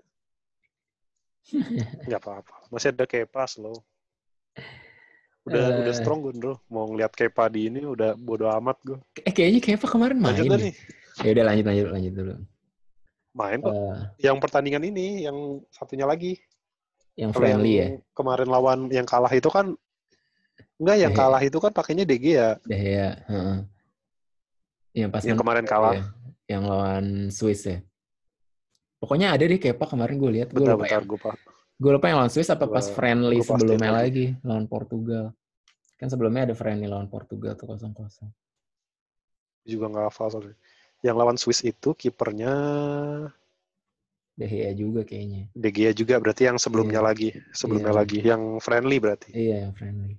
Nggak apa-apa. Masih ada Kepa loh. Udah strong gue bro. Mau ngeliat Kepa di ini udah bodo amat gue. Kayaknya Kepa kemarin Lanjut main dah deh. nih. Ya udah lanjut dulu. Main kok. Yang pertandingan ini, yang satunya lagi. Yang Kalau yang friendly ya. kemarin lawan yang kalah itu kan enggak, yang kalah itu kan pakainya DG ya. Ya. Yang pas Yang kemarin ya, kalah. yang lawan Swiss ya. Pokoknya ada deh Kepa kemarin gue lihat. Gue lupa yang lawan Swiss apa pas friendly sebelumnya lagi lawan Portugal. Kan sebelumnya ada friendly lawan Portugal tuh 0-0. Juga nggak hafal soalnya. Yang lawan Swiss itu kipernya De Gea juga kayaknya. De Gea juga berarti yang sebelumnya lagi. Yang friendly berarti. Iya, yang friendly.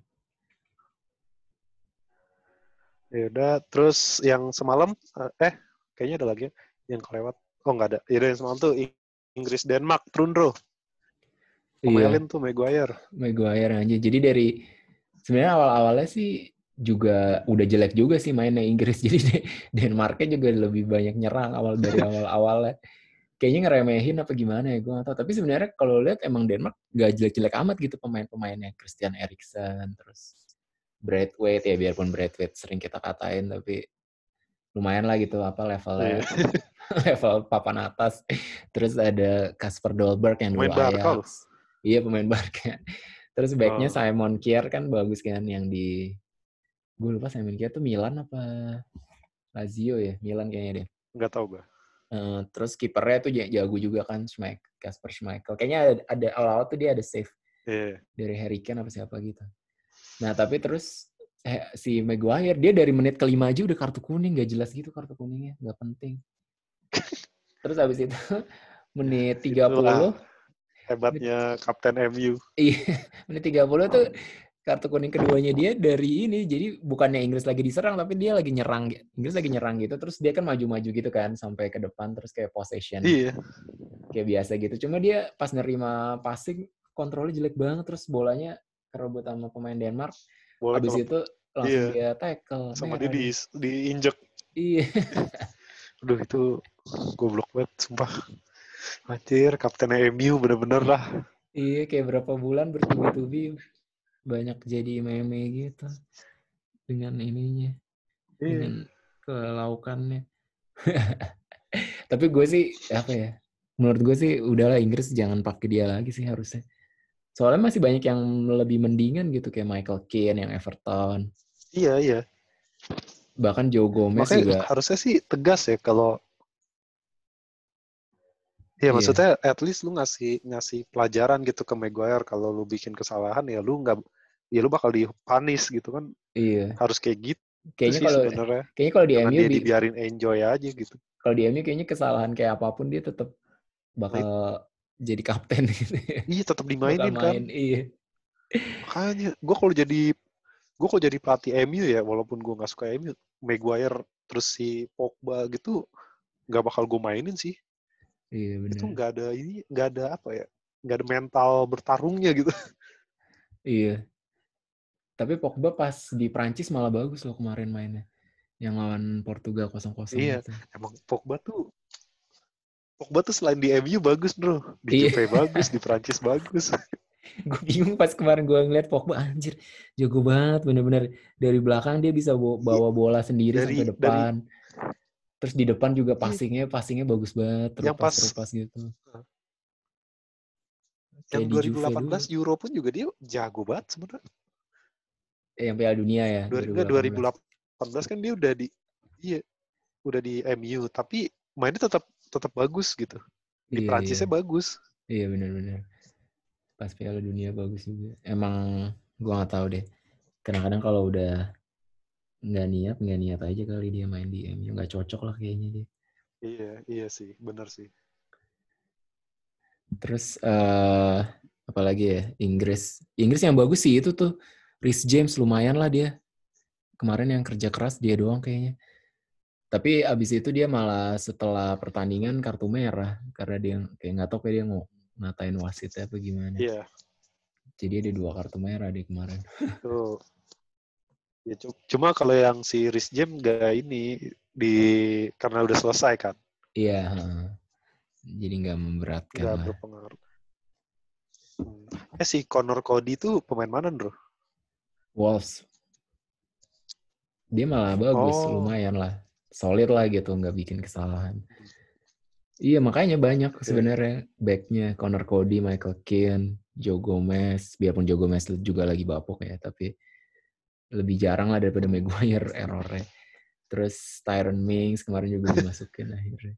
Ya udah, terus yang semalam kayaknya ada lagi yang kelewat. Oh nggak ada. Ya yang semalam tuh Inggris Denmark turun bro. Omelin tuh Maguire aja. Jadi dari sebenarnya awal-awalnya sih juga udah jelek juga sih mainnya Inggris. Jadi Denmarknya juga lebih banyak nyerang dari awal-awalnya. Kayaknya ngeremehin apa gimana ya, gue nggak tahu. Tapi sebenarnya kalau lihat emang Denmark gak jelek-jelek amat gitu pemain-pemainnya. Christian Eriksen, terus Braithwaite ya, biarpun Braithwaite sering kita katain, tapi lumayan lah gitu apa levelnya. Level papan atas. Terus ada Kasper Dolberg yang dulu Ajax. Iya, pemain Barca. Terus backnya Simon Kjær kan bagus kan, yang di gue lupa Simon Kjær tuh Milan apa Lazio ya, Milan kayaknya deh. Nggak tahu gue. Terus kipernya tuh jago juga kan, Kasper Schmeichel. Kayaknya ada awal tuh dia ada save dari Harry Kane apa siapa gitu. Nah tapi terus si Maguire dia dari menit ke-5 aja udah kartu kuning, gak jelas gitu kartu kuningnya, gak penting. Terus habis itu menit 30 itulah hebatnya Kapten MU. Iya, menit 30 tuh kartu kuning keduanya dia dari ini. Jadi bukannya Inggris lagi diserang, tapi dia lagi nyerang. Inggris lagi nyerang gitu, terus dia kan maju-maju gitu kan sampai ke depan, terus kayak possession. Iya. Kayak biasa gitu. Cuma dia pas nerima passing, kontrolnya jelek banget, terus bolanya kerebut sama pemain Denmark. Habis itu langsung dia tackle. Sama dia diinjek. Iya. Aduh itu goblok banget, sumpah. Anjir, Kapten MU bener-bener lah. Iya, kayak berapa bulan bertubi-tubi banyak jadi meme gitu dengan ininya, dengan kelaukannya. Tapi gue sih apa ya? Menurut gue sih udahlah Inggris jangan pakai dia lagi sih harusnya. Soalnya masih banyak yang lebih mendingan gitu kayak Michael Keane yang Everton. Iya. Bahkan Joe Gomez makanya juga. Harusnya sih tegas ya kalau Iya, Iya, maksudnya at least lu ngasih pelajaran gitu ke Maguire kalau lu bikin kesalahan ya lu bakal dipanis gitu kan. iya. Harus kayak gitu Kayaknya sih kalau sebenarnya. kayaknya kalau di Jangan MU dia dibiarin enjoy aja gitu. kalau di MU kayaknya kesalahan kayak apapun dia tetap Nah, bakal jadi kapten gitu ya. iya tetap Bakal dimainin kan. main, iya. Makanya gue kalau jadi pelatih MU ya, walaupun gue nggak suka MU, Maguire terus si Pogba gitu nggak bakal gue mainin sih. Iya Itu benar. nggak ada apa ya, nggak ada mental bertarungnya gitu. Iya. Tapi Pogba pas di Prancis malah bagus loh kemarin mainnya. Yang lawan Portugal 0-0 Iya, itu. emang Pogba tuh selain di MU bagus bro, di Iya. Juve bagus, di Prancis bagus. Gue bingung pas kemarin gue ngeliat Pogba, anjir jago banget bener-bener. Dari belakang dia bisa Iya, bawa bola sendiri sampai dari depan. Terus di depan juga iya, passingnya bagus banget, yang pas terupas gitu. yang Kayak di Juve dulu. 2018 Euro pun juga dia jago banget sebenarnya. Yang Piala Dunia ya, Enggak 2018. 2018 kan dia iya, udah di MU, tapi mainnya tetap tetap bagus gitu. Di Iya, iya. Prancisnya bagus. Iya benar-benar. Pas Piala Dunia bagus juga. Emang gue nggak tahu deh. Kadang-kadang kalau udah nggak niat aja kali dia main di MU. Nggak cocok lah kayaknya dia. Iya, iya sih, benar sih. Terus apalagi ya, Inggris yang bagus sih itu tuh Reece James, lumayan lah dia. Kemarin yang kerja keras dia doang kayaknya. Tapi abis itu dia malah setelah pertandingan kartu merah. Karena dia kayak nggak tahu kayak dia mau ngatain wasit apa gimana. Iya, Jadi ada 2 kartu merah di kemarin. tuh. Ya, cuma kalau yang si Rhys James gak ini karena udah selesai kan, Iya, jadi nggak memberatkan nggak lah. berpengaruh. Si Connor Cody tuh pemain mana bro? Wolves, dia malah bagus, Oh, lumayan lah. Solid lah gitu, nggak bikin kesalahan. Iya, makanya banyak iya. sebenarnya backnya. Connor Cody, Michael Keane, Joe Gomez. Biarpun Joe Gomez juga lagi bapuk ya, tapi lebih jarang lah daripada Maguire errornya. Terus Tyron Mings kemarin juga dimasukin akhirnya.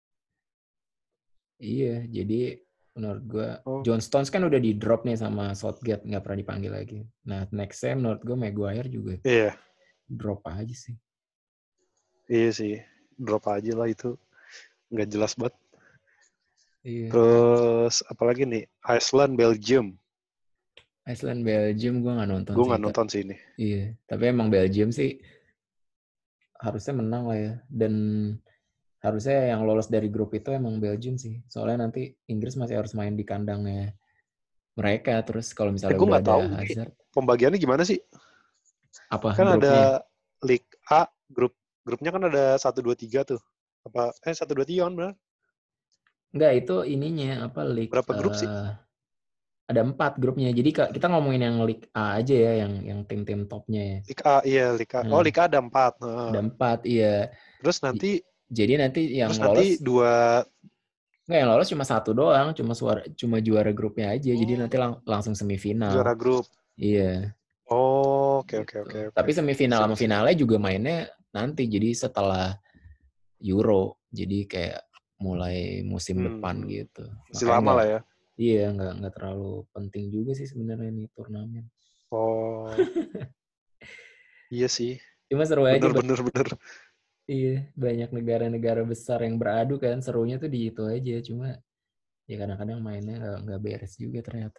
Iya, jadi menurut gue Oh, John Stones kan udah di drop nih sama Southgate, nggak pernah dipanggil lagi. Nah, next time menurut gue Maguire juga iya, drop aja sih. iya sih. Drop aja lah itu, nggak jelas banget. Iya. Terus apalagi nih, Iceland, Belgium. Iceland Belgium gue nggak nonton Gue sih. nggak nonton sih ini. Iya, tapi emang Belgium sih harusnya menang lah ya. Dan harusnya yang lolos dari grup itu emang Belgium sih. Soalnya nanti Inggris masih harus main di kandangnya mereka. Terus kalau misalnya Gue udah nggak ada tahu ini Hazard, pembagiannya gimana sih? apa Kan grupnya? ada League A, grupnya kan ada 1, 2, 3 tuh. Apa 1, 2, 3 kan benar? Enggak, itu ininya apa League Berapa grup sih? ada 4 grupnya. Jadi kita ngomongin yang League A aja ya, yang tim-tim topnya ya. League A, iya League A. Oh, Nah, League A ada 4. ada 4, iya. Terus nanti Jadi nanti terus yang nanti lolos dua. enggak, yang lolos cuma 1 doang, cuma juara grupnya aja. Jadi Oh, nanti langsung semifinal. juara grup. Iya, Oh, oke oke gitu. oke oke. Tapi semifinal Sip sama sip. finalnya juga mainnya nanti. Jadi setelah Euro. Jadi kayak mulai musim depan Hmm. gitu. Masih Makanya lama lah ya. nggak terlalu penting juga sih sebenarnya nih turnamen. Oh, iya sih. Cuma seru aja, Bener bener bener. iya, banyak negara-negara besar yang beradu kan, serunya tuh di itu aja. Cuma ya kadang-kadang mainnya nggak beres juga ternyata.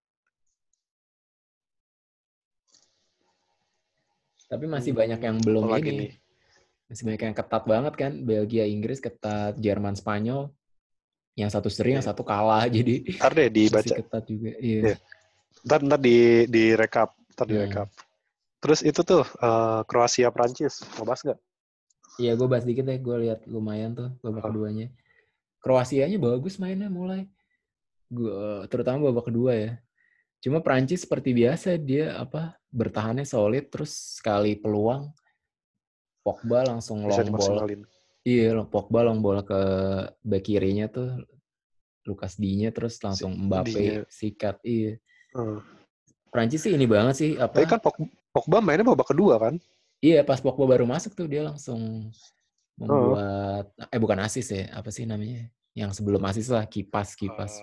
Tapi masih banyak yang belum Apalagi ini, nih. masih banyak yang ketat banget kan. Belgia, Inggris ketat, Jerman, Spanyol. Yang satu seri, yang Iya. satu kalah, jadi Ntar deh masih dibaca. ketat juga. Iya. Iya. Ntar di recap. Ntar di Nah, recap. Terus itu tuh Kroasia Prancis. Mau bahas nggak? iya gue bahas dikit deh. Gue lihat lumayan tuh babak keduanya. Kroasianya bagus mainnya mulai. Terutama babak kedua ya. Cuma Prancis seperti biasa dia bertahannya solid, terus sekali peluang Pogba langsung Bisa long ball. dimaksimalin. Iya, Pogba long ball ke back kirinya tuh Lucas Digne, terus Si, langsung dinya. Mbappe sikat. Iya. Hmm. Prancis sih ini banget sih Tapi kan Pogba mainnya babak kedua kan? Iya, pas Pogba baru masuk tuh dia langsung Oh, membuat bukan asis ya, apa sih namanya? Yang sebelum asis lah, kipas.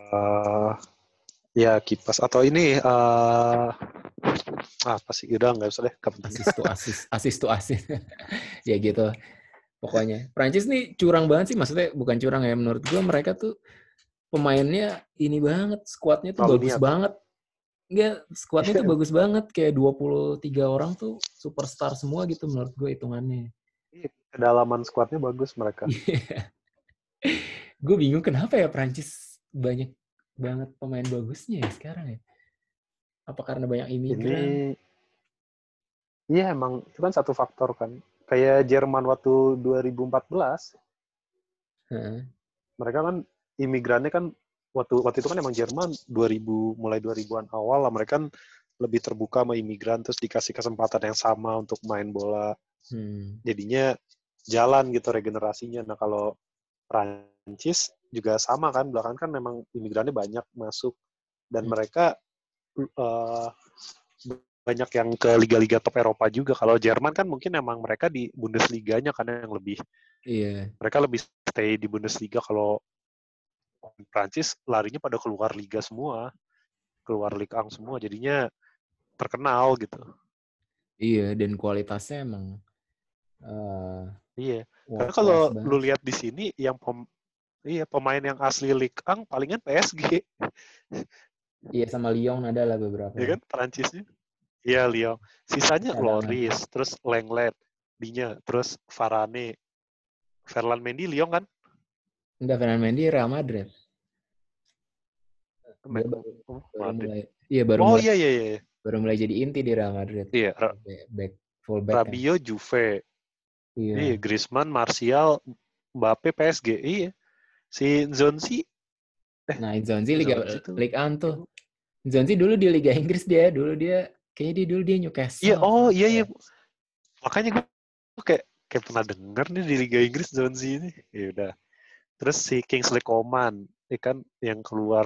Ya kipas atau ini apa sih? Udah nggak usah deh, nggak penting. Asis to asis. Ya gitu. Pokoknya. Prancis nih curang banget sih, maksudnya bukan curang ya, menurut gue mereka tuh pemainnya ini banget, skuadnya tuh Terlalu bagus niat. banget. Enggak, skuadnya tuh bagus banget, kayak 23 orang tuh superstar semua gitu menurut gue hitungannya. Kedalaman skuadnya bagus mereka. Gue bingung kenapa ya Prancis banyak banget pemain bagusnya ya sekarang ya. Apa karena banyak imigran? Ini iya emang itu kan satu faktor kan. Kayak Jerman waktu 2014, Heeh. mereka kan imigrannya kan waktu itu kan emang Jerman 2000 mulai 2000-an awal lah mereka kan lebih terbuka sama imigran terus dikasih kesempatan yang sama untuk main bola. Jadinya jalan gitu regenerasinya. Nah, kalau Prancis juga sama kan, belakangan kan memang imigrannya banyak masuk dan mereka banyak yang ke liga-liga top Eropa juga. Kalau Jerman kan mungkin emang mereka di Bundesliga-nya kan yang lebih. Iya. Mereka lebih stay di Bundesliga. Kalau Prancis larinya pada keluar liga semua, keluar Ligue 1 semua. Jadinya terkenal gitu. Iya, dan kualitasnya emang Iya. Karena world kalau class lu banget. lihat di sini yang pemain yang asli Ligue 1 palingan PSG. Iya, sama Lyon ada lah beberapa. Ya kan Prancisnya. Iya, Lyon. Sisanya Cadangan. Loris, terus Lenglet, Dinya, terus Varane, Ferland Mendy, Lyon kan? Enggak, Fernand Mendy Real Madrid. Dia baru Madrid. mulai. Iya, Oh iya iya iya. baru mulai jadi inti di Real Madrid. Iya, Back fullback kan. Rabiot Juve. Iya, Iya. Griezmann, Martial, Mbappe PSG. Iya. Si Zonzi Nah, Zonzi tuh. Liga 1 tuh. Zonzi dulu di Liga Inggris kayaknya dia Iya, Newcastle. oh iya iya. Ya? Makanya gue kayak pernah denger nih di Liga Inggris Zonzi ini. Ya udah. Terus si Kingsley Coman, kan yang keluar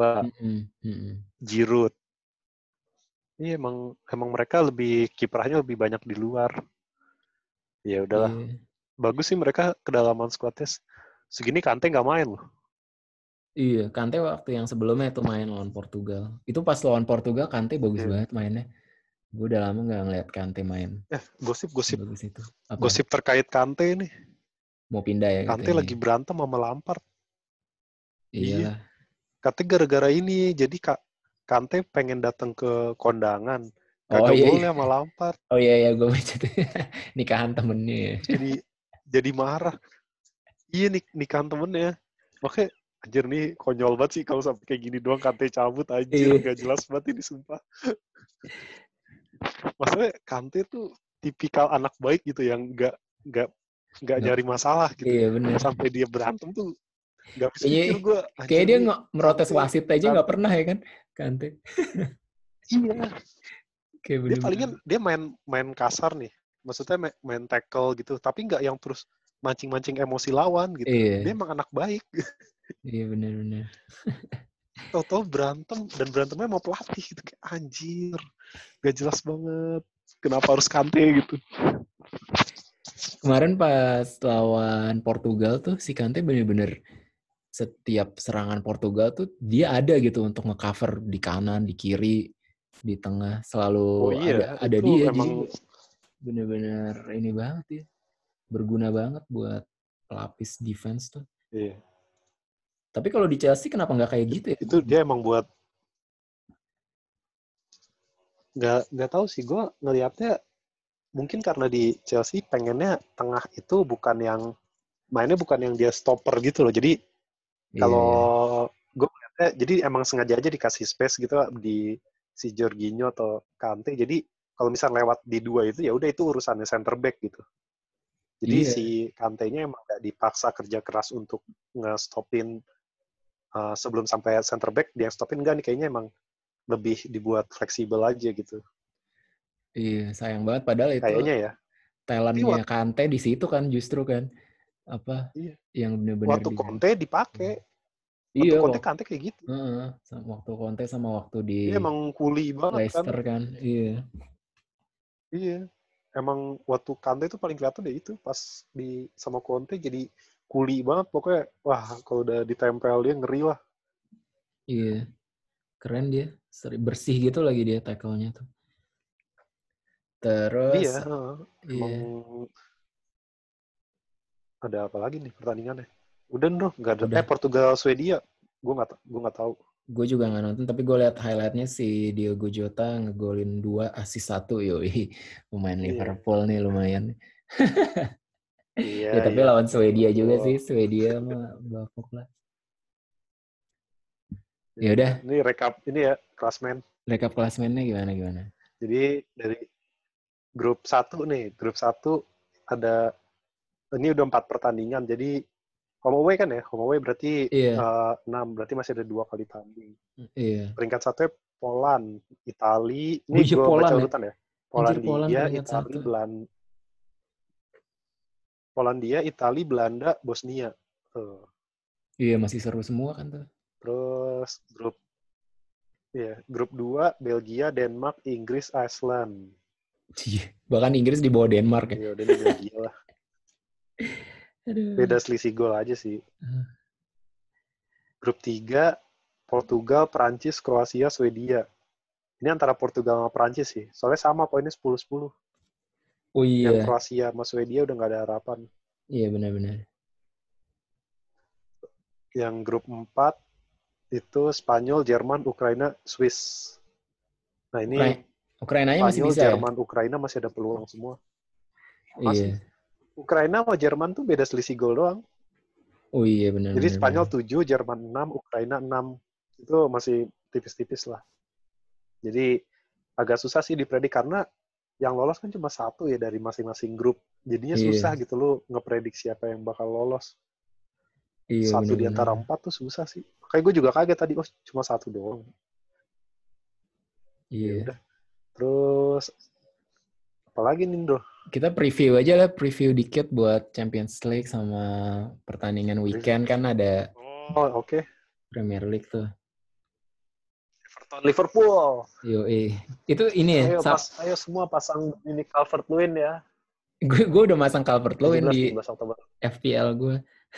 Giroud. Iya emang mereka kiprahnya lebih banyak di luar. Ya udahlah. Iya. Bagus sih mereka kedalaman skuadnya. Segini Kante nggak main loh. Iya, Kante waktu yang sebelumnya itu main lawan Portugal. Itu pas lawan Portugal Kante bagus Iya. banget mainnya. Gue udah lama nggak ngeliat Kante main. Gosip Bagus itu. Apa? terkait Kante nih. Mau pindah ya Kante katanya. lagi berantem sama Lampard. Iya. Iyalah. Katanya gara-gara ini. Jadi Kante pengen datang ke kondangan. Oh Kagak iya, iya. boleh sama Lampard. Oh iya, iya. Gue baca tuh. Nikahan temennya ya. Jadi marah. Iya nikahan temennya. Makanya anjir nih konyol banget sih kalau sampai kayak gini doang Kante cabut anjir. Iya. Gak jelas banget ini sumpah. Maksudnya Kante tuh tipikal anak baik gitu yang nggak nyari masalah gitu. Iya bener. Sampai dia berantem tuh nggak habis Kayaknya pikir gue kayak anjir dia nih merotes wasit aja nggak Kante pernah ya kan, Kante. iya Kayak dia bener-bener. palingan dia main kasar nih maksudnya main tackle gitu tapi nggak yang terus mancing emosi lawan gitu dia Iya. emang anak baik. Iya bener-bener. Tahu-tahu berantem dan berantemnya mau pelatih gitu kayak anjir gak jelas banget kenapa harus Kante gitu. Kemarin pas lawan Portugal tuh si Kante bener-bener setiap serangan Portugal tuh dia ada gitu untuk ngecover di kanan, di kiri, di tengah, Oh selalu iya ada itu dia. emang Jadi bener-bener ini banget ya, berguna banget buat pelapis defense tuh. iya. Tapi kalau di Chelsea kenapa nggak kayak gitu ya? Itu dia emang buat nggak tahu sih gue ngelihatnya mungkin karena di Chelsea pengennya tengah itu mainnya bukan yang dia stopper gitu loh jadi Iya, iya. kalau gue ngeliatnya jadi emang sengaja aja dikasih space gitu di si Jorginho atau Kante jadi kalau misal lewat di dua itu ya udah itu urusannya center back gitu jadi Iya, si Kante-nya emang nggak dipaksa kerja keras untuk nge-stopin sebelum sampai center back dia stopin enggak nih kayaknya emang lebih dibuat fleksibel aja gitu iya, sayang banget padahal itu kayaknya ya tapi talentnya Kante di situ kan justru kan apa iya, yang benar-benar waktu di Conte dipakai waktu iya Conte Kante kayak gitu waktu Conte sama waktu di dia emang kuli banget kan Leicester kan iya iya emang waktu Kante itu paling kelihatan deh itu pas di sama Conte jadi kuli banget pokoknya. Wah, kalau udah ditempel dia ngeri lah. Iya. Keren dia. Bersih gitu lagi dia tackle-nya tuh. Terus, Iya, emang iya. ada apa lagi nih pertandingannya? Udah dong, nggak ada. Udah. Portugal Swedia, gue nggak tahu. Gue juga nggak nonton, tapi gue lihat highlight-nya si Diogo Jota ngegolin 2, assist 1. Yoi. Pemain Iya, Liverpool nih lumayan. iya, Ya tapi iya. lawan Swedia juga Liverpool. sih. Swedia mah bapuk lah. Ya Ya udah, udah, ini rekap ini ya klasmen. rekap klasmennya gimana? Jadi dari grup satu nih, grup satu ada ini udah 4 pertandingan. Jadi home away kan ya, home away berarti Iya, 6, berarti masih ada 2 kali tanding. iya. Peringkat satunya Poland, Itali. Oh Ini iya gue baca Poland ya. urutan ya. Anjir Poland Polandia, peringkat Itali, 1. Polandia, Itali, Belanda, Bosnia. Tuh. Iya masih seru semua kan tuh. Terus grup 2 Belgia, Denmark, Inggris, Iceland. Iya. Bahkan Inggris di bawah Denmark ya. Ya udah nih Belgia lah. Aduh. Beda selisih gol aja sih. Grup 3 Portugal, Prancis, Kroasia, Swedia. Ini antara Portugal sama Prancis sih. Soalnya sama poinnya 10-10. Oh Yang iya. Kroasia sama Swedia udah nggak ada harapan. Iya benar-benar. Yang grup 4 itu Spanyol, Jerman, Ukraina, Swiss. Nah ini Ukrainanya masih Spanyol, bisa ya? Jerman, Ukraina masih ada peluang semua. Masih. Iya. Ukraina sama Jerman tuh beda selisih gol doang. Oh iya Jadi benar-benar. Spanyol 7, Jerman 6, Ukraina 6. Itu masih tipis-tipis lah. Jadi agak susah sih dipredik karena yang lolos kan cuma satu ya dari masing-masing grup. Jadinya susah Iya. gitu lo ngeprediksi siapa yang bakal lolos. Iya Satu di benar-benar. antara 4 tuh susah sih. Kayak gue juga kaget tadi, oh cuma satu doang. Ya Iya. udah. Terus apalagi nih Bro? Kita preview aja lah, preview dikit buat Champions League sama pertandingan weekend kan ada Oh oke. Premier League tuh. Everton Liverpool. Yoi. Itu ini ya, Ayo semua pasang ini Calvert-Lewin ya. gue udah masang Calvert-Lewin 17 di 17 Oktober. FPL gue.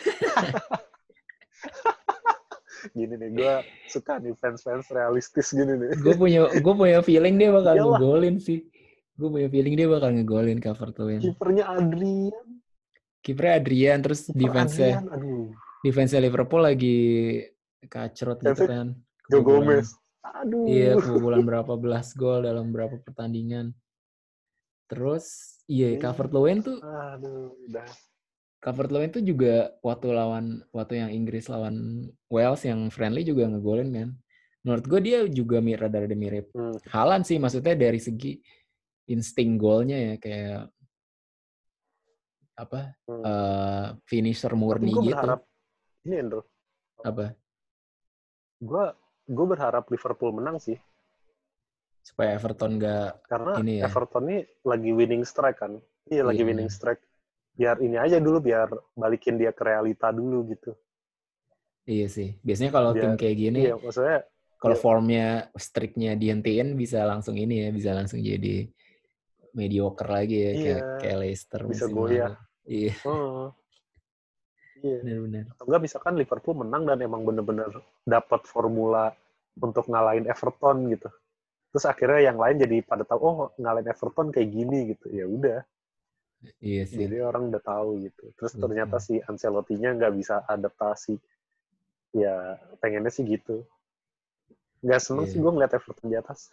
Gini nih, gue suka nih fans-fans realistis gini nih. Gue punya feeling dia bakal Iyalah, ngegolin sih. Gue punya feeling dia bakal ngegolin Calvert-Lewin. kipernya Adrian. Kipernya Adrian, terus Kiper Adrian, aduh. defense Liverpool lagi kacrot gitu Defensif kan. Joe Kebobolan. Gomez. Aduh. Iya, kebobolan berapa belas gol dalam berapa pertandingan. Terus, iya Calvert-Lewin tuh Aduh, udah. Calvert-Lewin tuh juga waktu yang Inggris lawan Wales yang friendly juga ngegolin kan. Menurut gue dia juga rada mirip Haaland sih, maksudnya dari segi insting golnya ya, kayak apa finisher Tapi murni gue gitu. berharap ini Andrew. Apa? Gue berharap Liverpool menang sih. Supaya Everton gak Karena ini ya. Everton ini lagi winning streak kan. Iya, lagi winning Bener. streak. Biar ini aja dulu, biar balikin dia ke realita dulu gitu. Iya sih. Biasanya kalau tim kayak gini, iya, maksudnya kalau formnya, streaknya dihentiin bisa langsung ini ya, bisa langsung jadi mediocre lagi ya, kayak Leicester bisa musim goyah. lalu. Iya. Iya. Benar-benar. Atau enggak misalkan Liverpool menang dan emang bener-bener dapat formula untuk ngalahin Everton gitu. Terus akhirnya yang lain jadi pada tahu, oh ngalahin Everton kayak gini gitu. Ya udah. Iya sih. Jadi orang udah tahu gitu. Terus Betul. ternyata si Ancelotti-nya nggak bisa adaptasi. Ya pengennya sih gitu. Nggak seneng sih gue ngeliat Everton di atas.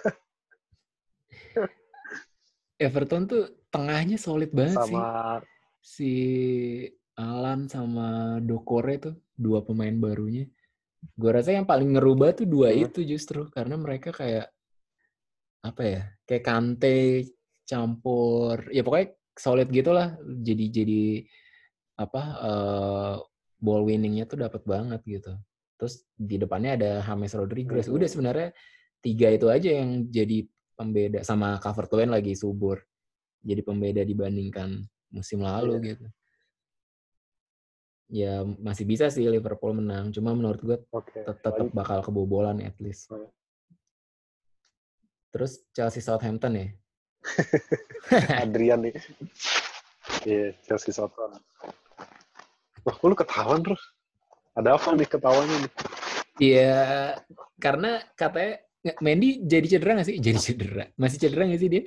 Everton tuh tengahnya solid banget sih. Sama Si Alan sama Dokore tuh, dua pemain barunya. Gue rasa yang paling ngerubah tuh dua itu justru. Karena mereka kayak, apa ya, kayak Kante campur. Ya pokoknya solid gitu lah. Jadi apa, ball winningnya tuh dapat banget gitu. Terus di depannya ada James Rodriguez. Udah sebenarnya 3 itu aja yang jadi pembeda, sama Calvert-Lewin lagi subur. Jadi pembeda dibandingkan musim lalu gitu. Ya masih bisa sih Liverpool menang, cuma menurut gue tetap bakal kebobolan at least. Terus Chelsea Southampton ya? Adrian nih. Iya, Chelsea Southampton. Wah, kok lu ketahuan terus? Ada apa nih ketawanya nih? Iya, karena katanya Mendy jadi cedera nggak sih? Jadi cedera. Masih cedera nggak sih dia?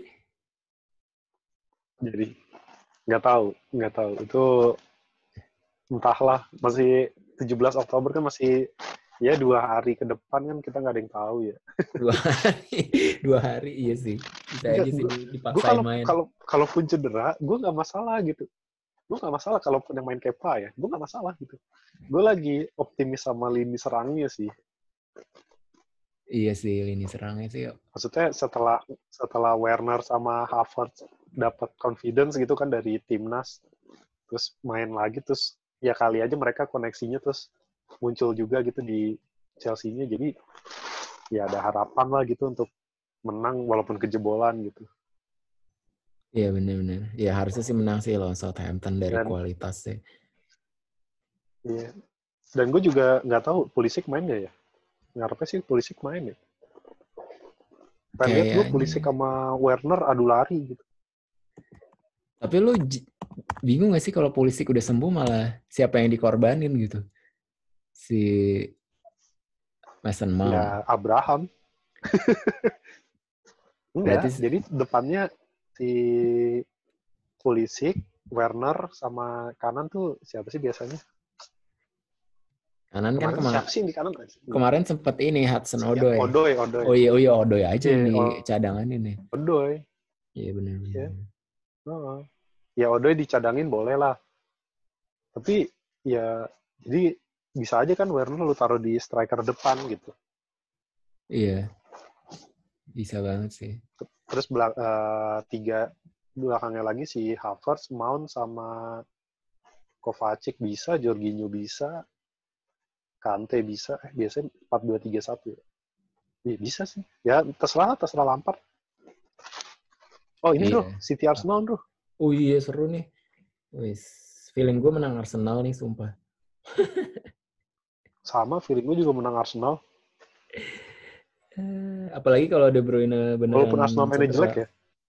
Jadi nggak tahu. Itu entahlah, masih 17 Oktober kan masih ya 2 hari ke depan kan kita nggak ada yang tahu ya. 2 hari. 2 hari, iya sih. Bisa Enggak, aja sih gue dipaksain kalau main. kalau kalaupun cedera, gue nggak masalah gitu. Gue nggak masalah kalaupun yang main Kepa ya, gue nggak masalah gitu. Gue lagi optimis sama lini serangnya sih. Iya sih, lini serangnya sih. Maksudnya setelah Werner sama Havertz dapat confidence gitu kan dari timnas, terus main lagi, terus ya kali aja mereka koneksinya terus muncul juga gitu di Chelsea-nya, jadi ya ada harapan lah gitu untuk menang walaupun kejebolan gitu. Iya benar-benar. Ya harusnya sih menang sih lawan Southampton dari Dan kualitas sih. ya, dan gue juga nggak tahu Pulisic main gak ya, ngarepnya sih Pulisic main ya. Pengen lihat gue Pulisic Kayaknya. sama Werner adu lari gitu. Tapi lu bingung gak sih kalau Pulisic udah sembuh malah siapa yang dikorbanin gitu? Si Mason Mount. Ya Abraham. Berarti Enggak, jadi depannya si Pulisic, Werner, sama kanan tuh siapa sih biasanya? kanan kan Kemarin tuh siapa sih yang di kanan? kemarin sempet ini Hudson Odoi. Odoi. Oh iya Odoi aja yang Iya, di cadangan ini. Odoi. Iya benar-benar. Iya. Heeh. Ya Odoi dicadangin boleh lah. Tapi ya jadi bisa aja kan Werner lu taruh di striker depan gitu. Iya, bisa banget sih. Terus tiga belakangnya lagi si Havertz, Mount, sama Kovacic bisa, Jorginho bisa, Kante bisa. Biasanya 4-2-3-1 ya. Iya bisa sih. Ya terserah Lampard. Oh ini bro, Iya. City Arsenal bro. Oh iya seru nih. Wis, feeling gue menang Arsenal nih sumpah. Sama, feeling gue juga menang Arsenal. Apalagi kalau De Bruyne Walaupun Arsenal beneran mainnya jelek cedera. ya.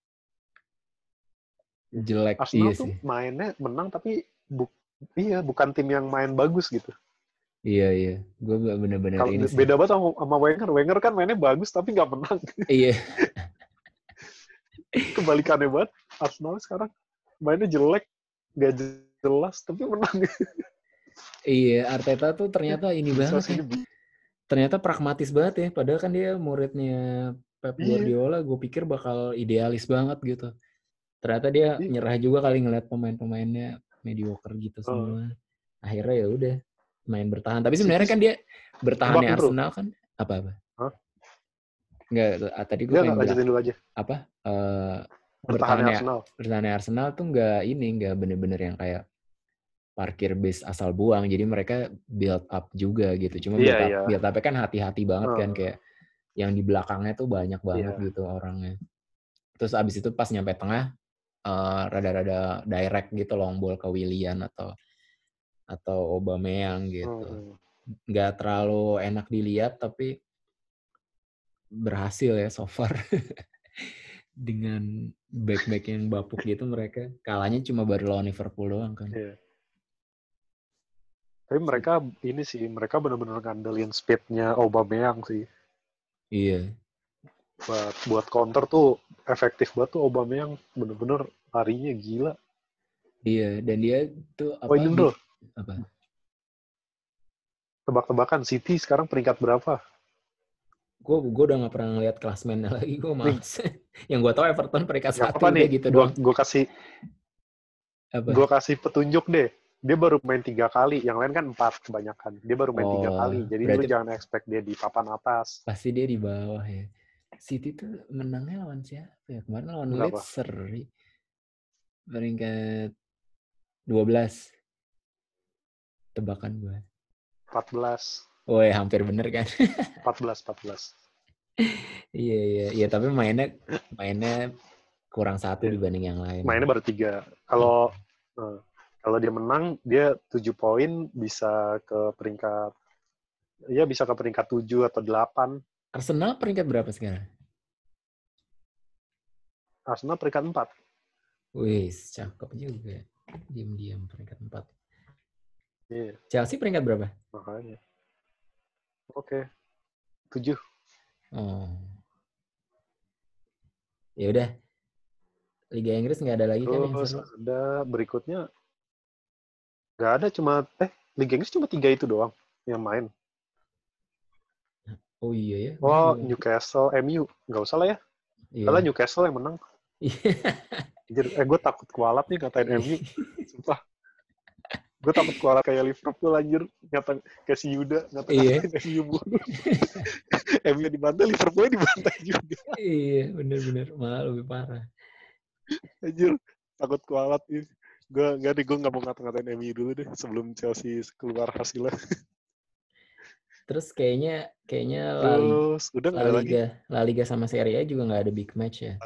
Jelek, iya Arsenal tuh sih. mainnya menang tapi iya bukan tim yang main bagus gitu. Iya, iya. Gue bener-bener Kalau ini sih. beda banget sama Wenger. Wenger kan mainnya bagus tapi nggak menang. Iya, Kebalikannya banget. Arsenal sekarang mainnya jelek, nggak jelas tapi menang. iya. Arteta tuh ternyata ini Bisa banget sih ya. ini. Ternyata pragmatis banget ya. Padahal kan dia muridnya Pep Iya, Guardiola. Gue pikir bakal idealis banget gitu. Ternyata dia iya. nyerah juga kali ngeliat pemain-pemainnya mediocre gitu Uh, semua. Akhirnya ya udah main bertahan. Tapi City sebenarnya kan dia bertahannya tebak nih bro. Arsenal kan apa-apa? Hah? Enggak, tadi gue Dia nggak pengen bilang lanjutin dulu aja. apa? Bertahannya Bertahannya Arsenal. bertahannya Arsenal tuh nggak bener-bener yang kayak parkir base asal buang. Jadi mereka build up juga gitu. Cuma Iya, iya. build up kan hati-hati banget kan Uh, kayak yang di belakangnya tuh banyak banget iya. gitu orangnya. Terus abis itu pas nyampe tengah rada-rada direct gitu long ball ke Willian atau Aubameyang gitu. Hmm. Nggak terlalu enak dilihat tapi berhasil ya so far. Dengan back-back yang bapuk gitu mereka kalahnya cuma baru lawan Liverpool doang kan. Iya. Tapi mereka ini sih, mereka benar-benar ngandelin speednya Aubameyang sih. Iya, Buat counter tuh efektif banget tuh Aubameyang, bener-bener larinya gila. iya dan dia tuh Oh apa ini di bro, apa? tebak-tebakan City sekarang peringkat berapa? Gue udah nggak pernah ngeliat klasmennya lagi, gue Nih, males. Yang gue tahu Everton peringkat nggak 1 apa-apa udah nih, gitu gue doang. gue kasih gue Apa? kasih petunjuk deh. Dia baru main 3 kali, yang lain kan 4 kebanyakan. Dia baru main tiga Oh, kali, jadi lu berarti jangan expect dia di papan atas. pasti dia di bawah ya. City tuh menangnya lawan siapa ya? Kemarin lawan Leeds Berapa? seri. Peringkat 12 tebakan gue. 14. Oh ya hampir bener kan. 14. Iya iya iya tapi mainnya kurang satu Ya, dibanding yang lain. mainnya baru 3. Iya. Kalau dia menang, dia 7 poin bisa ke peringkat, ya bisa ke peringkat 7 atau 8. Arsenal peringkat berapa sekarang? Arsenal peringkat 4. Wih, cakep juga. Diam-diam peringkat 4. Iya, Chelsea peringkat berapa? makanya. Oke, 7. Oh. Ya udah, Liga Inggris nggak ada lagi kan yang Terus seru? ada berikutnya, nggak ada, cuma Liga Inggris cuma 3 itu doang yang main. Oh iya ya, gue Oh, juga. Newcastle, MU. Nggak usah lah ya. Kalau Iya. Newcastle yang menang. Anjir, gue takut kualat nih ngatain MU. Sumpah. Gue takut kualat kayak Liverpool anjir. Kayak si Yuda Iya. ngata-ngatain MU mulu. MU dibantai, Liverpool dibantai juga. Iya, bener-bener malah lebih parah. Anjir, takut kualat nih. Gue nggak mau ngata-ngatain MU dulu deh sebelum Chelsea keluar hasilnya. Terus kayaknya Terus udah nggak ada lagi. La Liga sama Serie A juga nggak ada big match ya.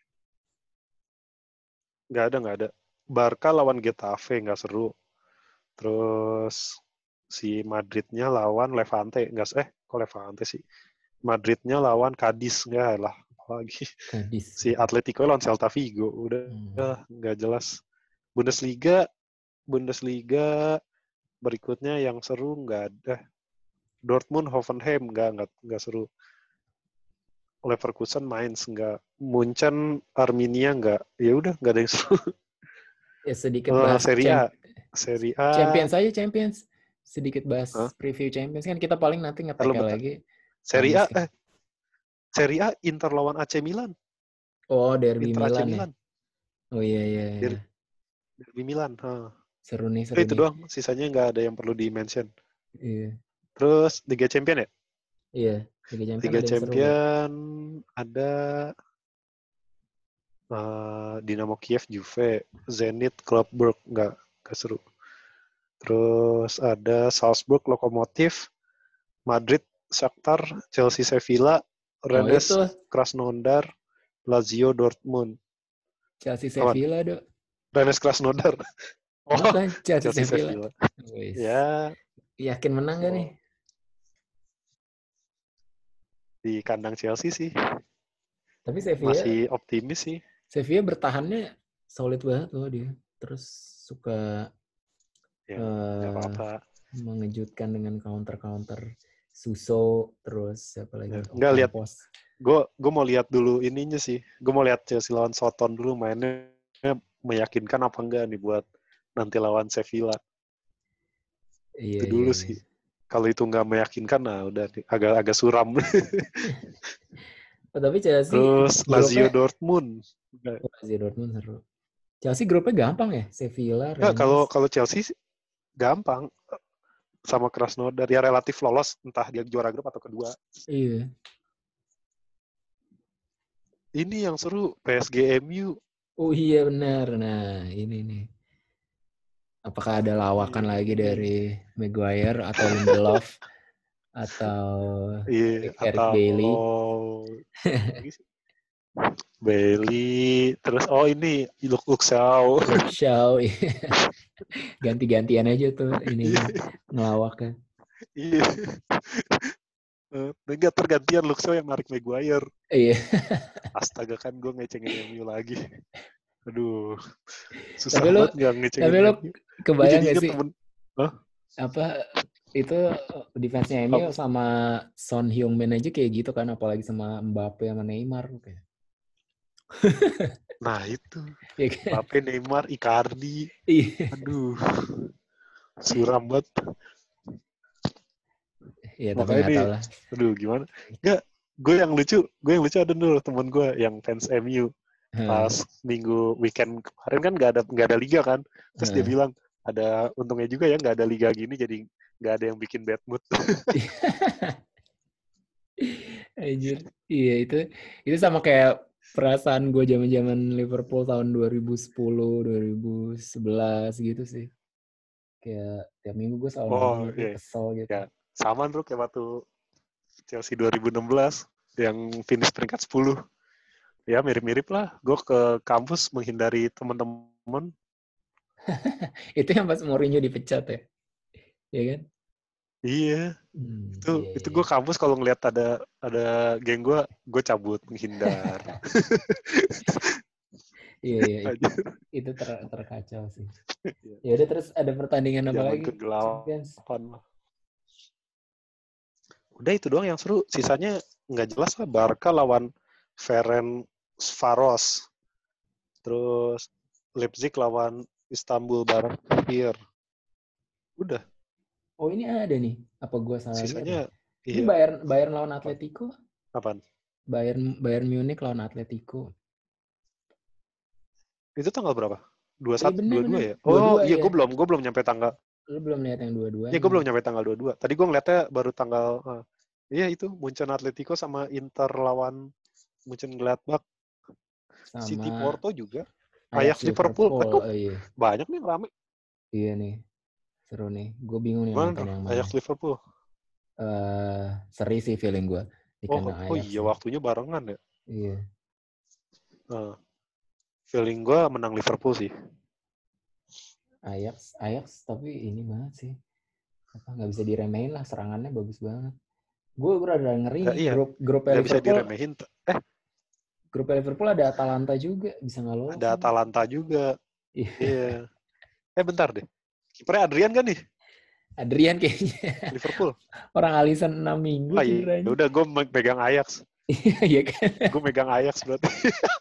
Nggak ada. Barca lawan Getafe nggak seru. Terus si Madridnya lawan Levante, kok Levante sih? Madridnya lawan Cadiz, nggak lah, lagi. Kadis. Si Atletico lawan Celta Vigo, udah Hmm. nggak jelas. Bundesliga, Bundesliga berikutnya yang seru nggak ada. Dortmund, Hoffenheim nggak seru. Leverkusen, Mainz nggak. Munchen, Arminia nggak. Ya udah nggak ada yang seru. Ya sedikit bahas Serie A, Serie A, Champions aja Champions. Sedikit huh? bahas preview Champions kan kita paling nanti nge-tag Bentar. lagi Serie A, Kamis kan. Serie A Inter lawan AC Milan. Oh, Derby Inter AC Milan ya. Milan. Oh iya iya iya. Derby Milan. Seru nih, Udah seru itu nih. doang. Sisanya nggak ada yang perlu di-mention. Iya. Terus Liga Champion ya? Iya, Liga Champions Liga ada yang seru nggak? Champion ada Dinamo Kiev, Juve, Zenit, Club Brugge. Nggak seru. Terus ada Salzburg, Lokomotiv, Madrid, Shakhtar, Chelsea, Sevilla, Oh itu Rennes, Krasnodar, Lazio, Dortmund. Chelsea Aman. Sevilla dok. Rennes, Krasnodar. Oh, Bukan Chelsea Chelsea, Sevilla. Sevilla. Wis. Ya, Yakin menang gak nih? di kandang Chelsea sih. Tapi Masih optimis sih. Sevilla bertahannya solid banget loh dia. Terus suka Ya, nggak apa-apa. mengejutkan dengan counter Suso, terus siapa Ya, lagi? nggak lihat. Ocampos. Gue mau lihat dulu ininya sih. Gue mau lihat Chelsea lawan Soton dulu mainnya meyakinkan apa enggak nih buat nanti lawan Sevilla. Iya Itu iya dulu iya. sih. Kalau itu nggak meyakinkan, nah udah agak suram. Oh, tapi Chelsea Terus Lazio grupnya Dortmund. Lazio Dortmund seru. Chelsea grupnya gampang ya, Sevilla, Nggak, kalau Rennes. kalau Chelsea sih gampang sama Krasnodar ya, relatif lolos, entah dia juara grup atau kedua. Iya. Ini yang seru PSG MU. Oh iya benar. Nah, ini nih. Apakah ada lawakan lagi Ini. dari Maguire atau Lindelof atau Iya, Eric atau Bailey? lagi sih. Bailey, terus ini Luke Shaw. Luke Shaw. Ganti-gantian aja tuh ininya ngelawaknya. Iya. Enggak, tergantian Luke Shaw yang narik Maguire. Iya. Astaga, kan gue ngecengin MU lagi. Aduh, susah Tapi banget nggak ngecengin lu MU. Gue kebayang jadi gak inget sih temen. Hah? apa itu defense-nya MU sama Son Heung-min aja kayak gitu kan, apalagi sama Mbappe sama Neymar kayak. Nah itu, Iya kan? Mbappe, Neymar, Icardi. Iya. Aduh, suram banget. Iya, tapi Makanya nggak nih, tahu lah. aduh gimana? Enggak, gue yang lucu ada dulu temen gue yang fans MU. Pas minggu weekend kemarin kan nggak ada liga kan, terus dia bilang ada untungnya juga ya nggak ada liga gini, jadi nggak ada yang bikin bad mood. Anjir. Iya itu sama kayak perasaan gue zaman-zaman Liverpool tahun 2010, 2011 gitu sih. Kayak tiap minggu gue selalu nonton Oh jadi iya, kesel gitu. ya sama bro kayak waktu Chelsea 2016 yang finish peringkat 10. Ya mirip-mirip lah. Gue ke kampus menghindari teman-teman. Itu yang pas Mourinho dipecat ya. Iya kan? Iya, Iya, itu iya. gue kampus kalau ngeliat ada geng gue cabut menghindar. Iya, iya. Itu terkacau sih. Ya udah, terus ada pertandingan apa Zaman lagi? Champions. ke-8 lah. Udah itu doang yang seru. Sisanya nggak jelas lah. Barca lawan Ferencvaros. Terus Leipzig lawan Istanbul Basaksehir. Udah. Oh, ini ada nih. Apa gua salah lihat ya? Sisanya Ini iya. Bayern lawan Atletico. Apaan? Bayern Munich lawan Atletico. Itu tanggal berapa? Iya 21, bener-bener. 22 ya? Oh 22 iya, ya. gue belum nyampe tanggal. Lu belum lihat yang Iya, gue dua-duanya. belum nyampe tanggal 22. Tadi gue ngeliatnya baru tanggal. Iya itu, Munchen Atletico sama Inter lawan Munchen Gladbach. City Sama Porto juga. Ajax Ajax Liverpool. Liverpool. Kok Oh iya. banyak nih yang rame. Iya nih. Seru nih. Gue bingung nih Gimana nonton tuh? yang mana. Ajax Liverpool. Seri sih feeling gue di kandang Oh Ajax iya, sih. waktunya barengan ya. Iya. Uh, Feeling gue menang Liverpool sih. Ajax tapi ini banget sih. Apa nggak bisa diremehin lah, serangannya bagus banget. Gue rada ngeri Ya, nih, iya, grup nggak bisa Liverpool. diremehin. Grup Liverpool ada Atalanta juga, bisa nggak lolos Ada nih. Atalanta juga. Iya. Iya. Bentar deh. Kipernya Adrian kan nih? Adrian kayaknya. Liverpool. Orang Alisson 6 minggu Oh iya, cederanya. udah gue megang Ajax. Iya kan? Gue megang Ajax berarti.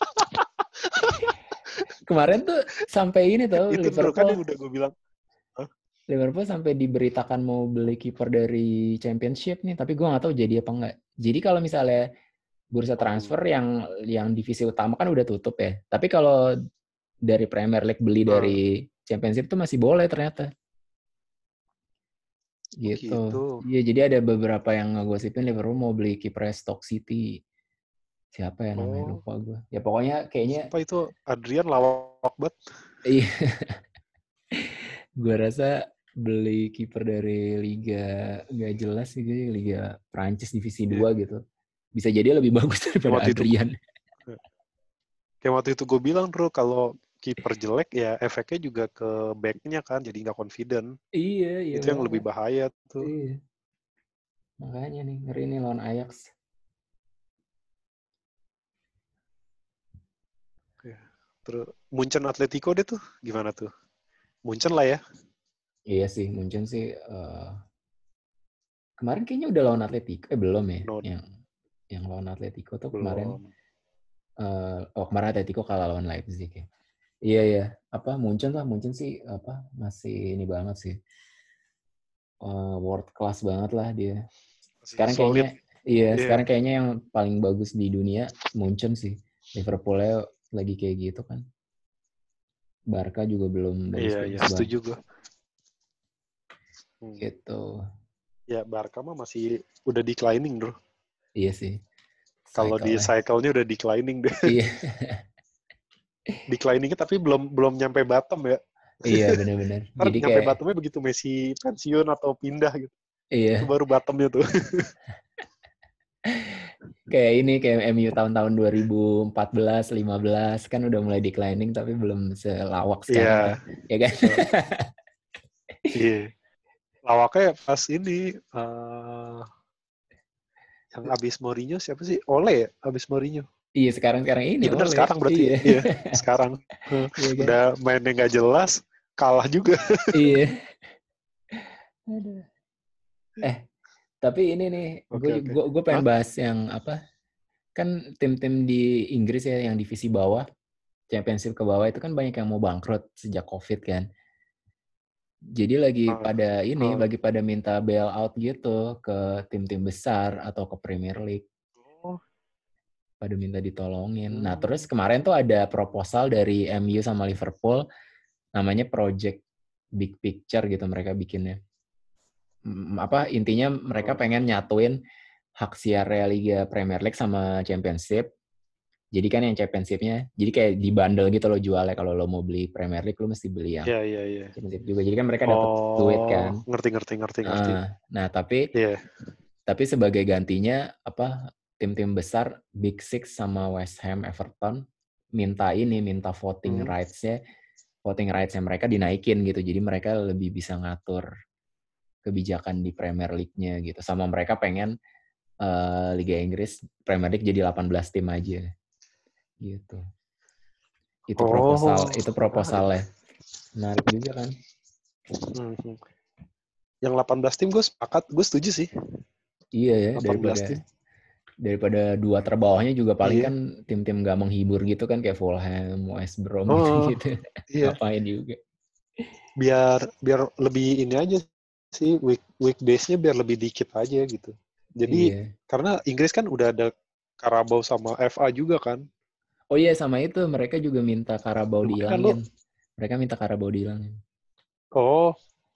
Kemarin tuh sampai ini tuh Itu Ndro kan yang Liverpool udah gue bilang. Hah? sampai diberitakan mau beli kiper dari Championship nih, tapi gue nggak tahu jadi apa enggak. Jadi kalau misalnya bursa transfer yang divisi utama kan udah tutup ya. Tapi kalau dari Premier League beli dari Championship tuh masih boleh ternyata. Gitu. Gitu. Iya, jadi ada beberapa yang ngegosipin Liverpool mau beli kiper Stoke City. Siapa ya namanya, Oh, lupa gue. Ya pokoknya kayaknya siapa itu? Adrian lawak banget. iya. Gue rasa beli kiper dari liga nggak jelas sih, liga Prancis divisi 2 Yeah. gitu. Bisa jadi lebih bagus daripada Adrian. Kayak waktu itu gue bilang, Bro, kalau kiper jelek ya efeknya juga ke back-nya kan, jadi nggak confident. Iya Itu yang lebih banget. bahaya tuh. Iya. Makanya nih, ngeri nih lawan Ajax. Terus Munchen Atletico deh tuh, gimana tuh? Munchen lah ya. Iya sih, Munchen sih kemarin kayaknya udah lawan Atletico, belum ya? No, Yang lawan Atletico tuh kemarin belum. kemarin Atletico kalah lawan Leipzig ya. Iya ya, Munchen sih masih ini banget sih. World class banget lah dia. Masih Sekarang solid. kayaknya sekarang Yeah. kayaknya yang paling bagus di dunia Munchen sih. Liverpoolnya lagi kayak gitu kan. Barca juga belum bagus-bagus banget. Setuju gue. Gitu. Ya, Barca mah masih udah declining, Bro. Iya sih. Kalau di cycle-nya udah declining deh. Iya. Decliningnya tapi belum nyampe bottom ya. Iya, benar-benar. Ntar Jadi nyampe bottomnya begitu Messi pensiun atau pindah gitu. iya. Itu baru bottomnya tuh. Kayak MU tahun-tahun 2014, 15 kan udah mulai declining tapi belum selawak sekarang kan. Ya kan? Iya. Lawaknya pas ini yang abis Mourinho siapa sih? Ole ya? Abis Mourinho. Iya, sekarang ini Iya benar, Ole. sekarang berarti. Iya, sekarang. Iya kan? Udah mainnya nggak jelas, kalah juga. Iya. Aduh. Tapi ini nih, gue pengen bahas yang kan tim-tim di Inggris ya yang divisi bawah, Championship ke bawah itu kan banyak yang mau bangkrut sejak COVID kan. Jadi lagi pada minta bailout gitu ke tim-tim besar atau ke Premier League. Pada minta ditolongin. Nah, terus kemarin tuh ada proposal dari MU sama Liverpool namanya Project Big Picture gitu mereka bikinnya. Intinya mereka pengen nyatuin hak siarnya Liga Premier League sama Championship. Jadi kan yang Championship-nya, jadi kayak dibundle gitu loh jualnya. Kalau lo mau beli Premier League, lo mesti beli yang Championship juga. Jadi kan mereka dapat duit kan. Ngerti. Nah, tapi sebagai gantinya tim-tim besar Big Six sama West Ham, Everton minta voting rights-nya mereka dinaikin gitu. Jadi mereka lebih bisa ngatur kebijakan di Premier League-nya gitu. Sama mereka pengen Liga Inggris Premier League jadi 18 tim aja. Gitu. Itu proposalnya. Menarik juga kan. Yang 18 tim gue sepakat, gue setuju sih. Iya ya, 18 tim. daripada dua terbawahnya juga paling Iya. kan tim-tim gak menghibur gitu kan, kayak Fulham, West Brom Oh, gitu-gitu. iya. Ngapain juga. Biar lebih ini aja sih, weekdays-nya biar lebih dikit aja gitu. Jadi Iya. karena Inggris kan udah ada Carabao sama FA juga kan. Oh iya, sama itu mereka juga minta Carabao Lumayan kan lo. dihilangin. Mereka minta Carabao dihilangin. Oh,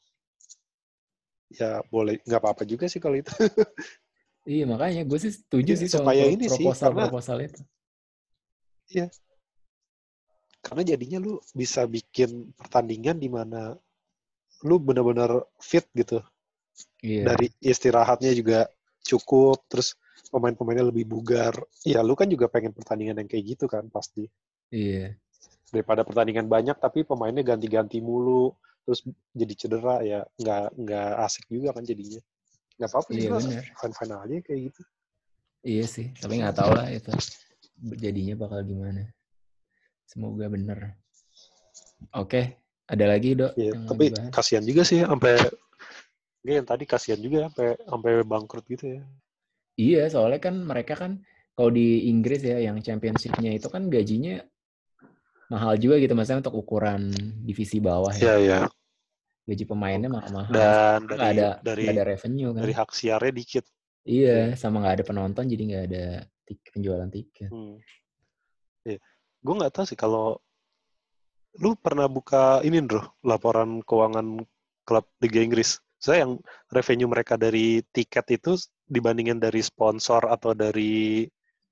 ya boleh, nggak apa-apa juga sih kalau itu. Iya, makanya gue sih setuju Iya, sih sama supaya ini sih, karena proposal itu. ya, karena jadinya lu bisa bikin pertandingan di mana lu benar-benar fit gitu. Iya, Dari istirahatnya juga cukup, terus pemain-pemainnya lebih bugar. Ya, lu kan juga pengen pertandingan yang kayak gitu kan, pasti. iya, Daripada pertandingan banyak, tapi pemainnya ganti-ganti mulu, terus jadi cedera, ya nggak asik juga kan jadinya. Nggak apa-apa sih, iya gue benar. fine-fine aja kayak gitu. Iya sih, tapi nggak tahu lah itu jadinya bakal gimana. Semoga bener. Oke, ada lagi Dok Ya, yang mau tapi dibahas? kasihan juga sih, yang tadi kasihan juga sampai bangkrut gitu ya. Iya, soalnya kan mereka kan kalau di Inggris ya yang championship-nya itu kan gajinya mahal juga gitu, maksudnya untuk ukuran divisi bawah ya. Iya, iya. Gaji pemainnya mahal-mahal, Dan sementara nggak dari ada revenue kan. hak siarnya dikit. Iya, Iya. sama nggak ada penonton jadi nggak ada penjualan tiket. Iya. Gue nggak tahu sih kalau lu pernah buka ini bro, laporan keuangan klub Liga Inggris. Saya yang revenue mereka dari tiket itu dibandingin dari sponsor atau dari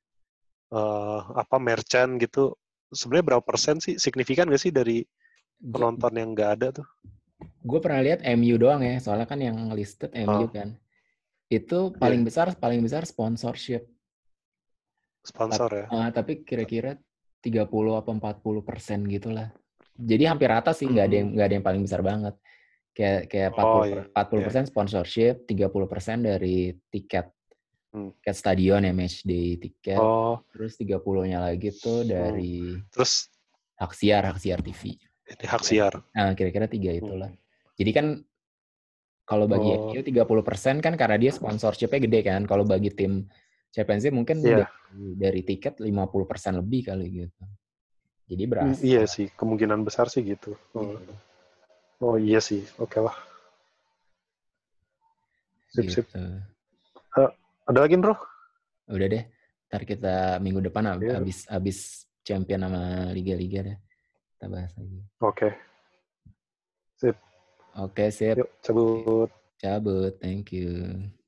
merchant gitu, sebenarnya berapa persen sih? Signifikan nggak sih dari penonton yang nggak ada tuh? Gue pernah lihat MU doang ya, soalnya kan yang listed MU Oh, kan. Itu iya, paling besar sponsorship. sponsor ya. Tapi kira-kira 30 atau 40% gitulah. Jadi hampir rata sih, Hmm. nggak ada yang paling besar banget. Kayak Oh iya, iya. 40% sponsorship, 30% dari tiket Hmm. tiket stadion ya, match day tiket. Oh, Terus 30-nya lagi tuh dari terus hak siar TV. ini hak siar. Nah, kira-kira 3 itulah. Hmm. Jadi kan kalau bagi Oh, MU 30% kan karena dia sponsorshipnya gede kan. Kalau bagi tim Championship mungkin iya. dari tiket 50% lebih kali gitu. Jadi berasa. Iya sih, kemungkinan besar sih gitu. Iya, Oh iya sih, oke lah. Sip, sip. gitu. Eh, ada lagi bro? Udah deh. Ntar kita minggu depan Iya. habis champion sama liga-liga deh. Kita bahas lagi. Oke, sip. Oke, sip. Yuk, cabut. Cabut. Thank you.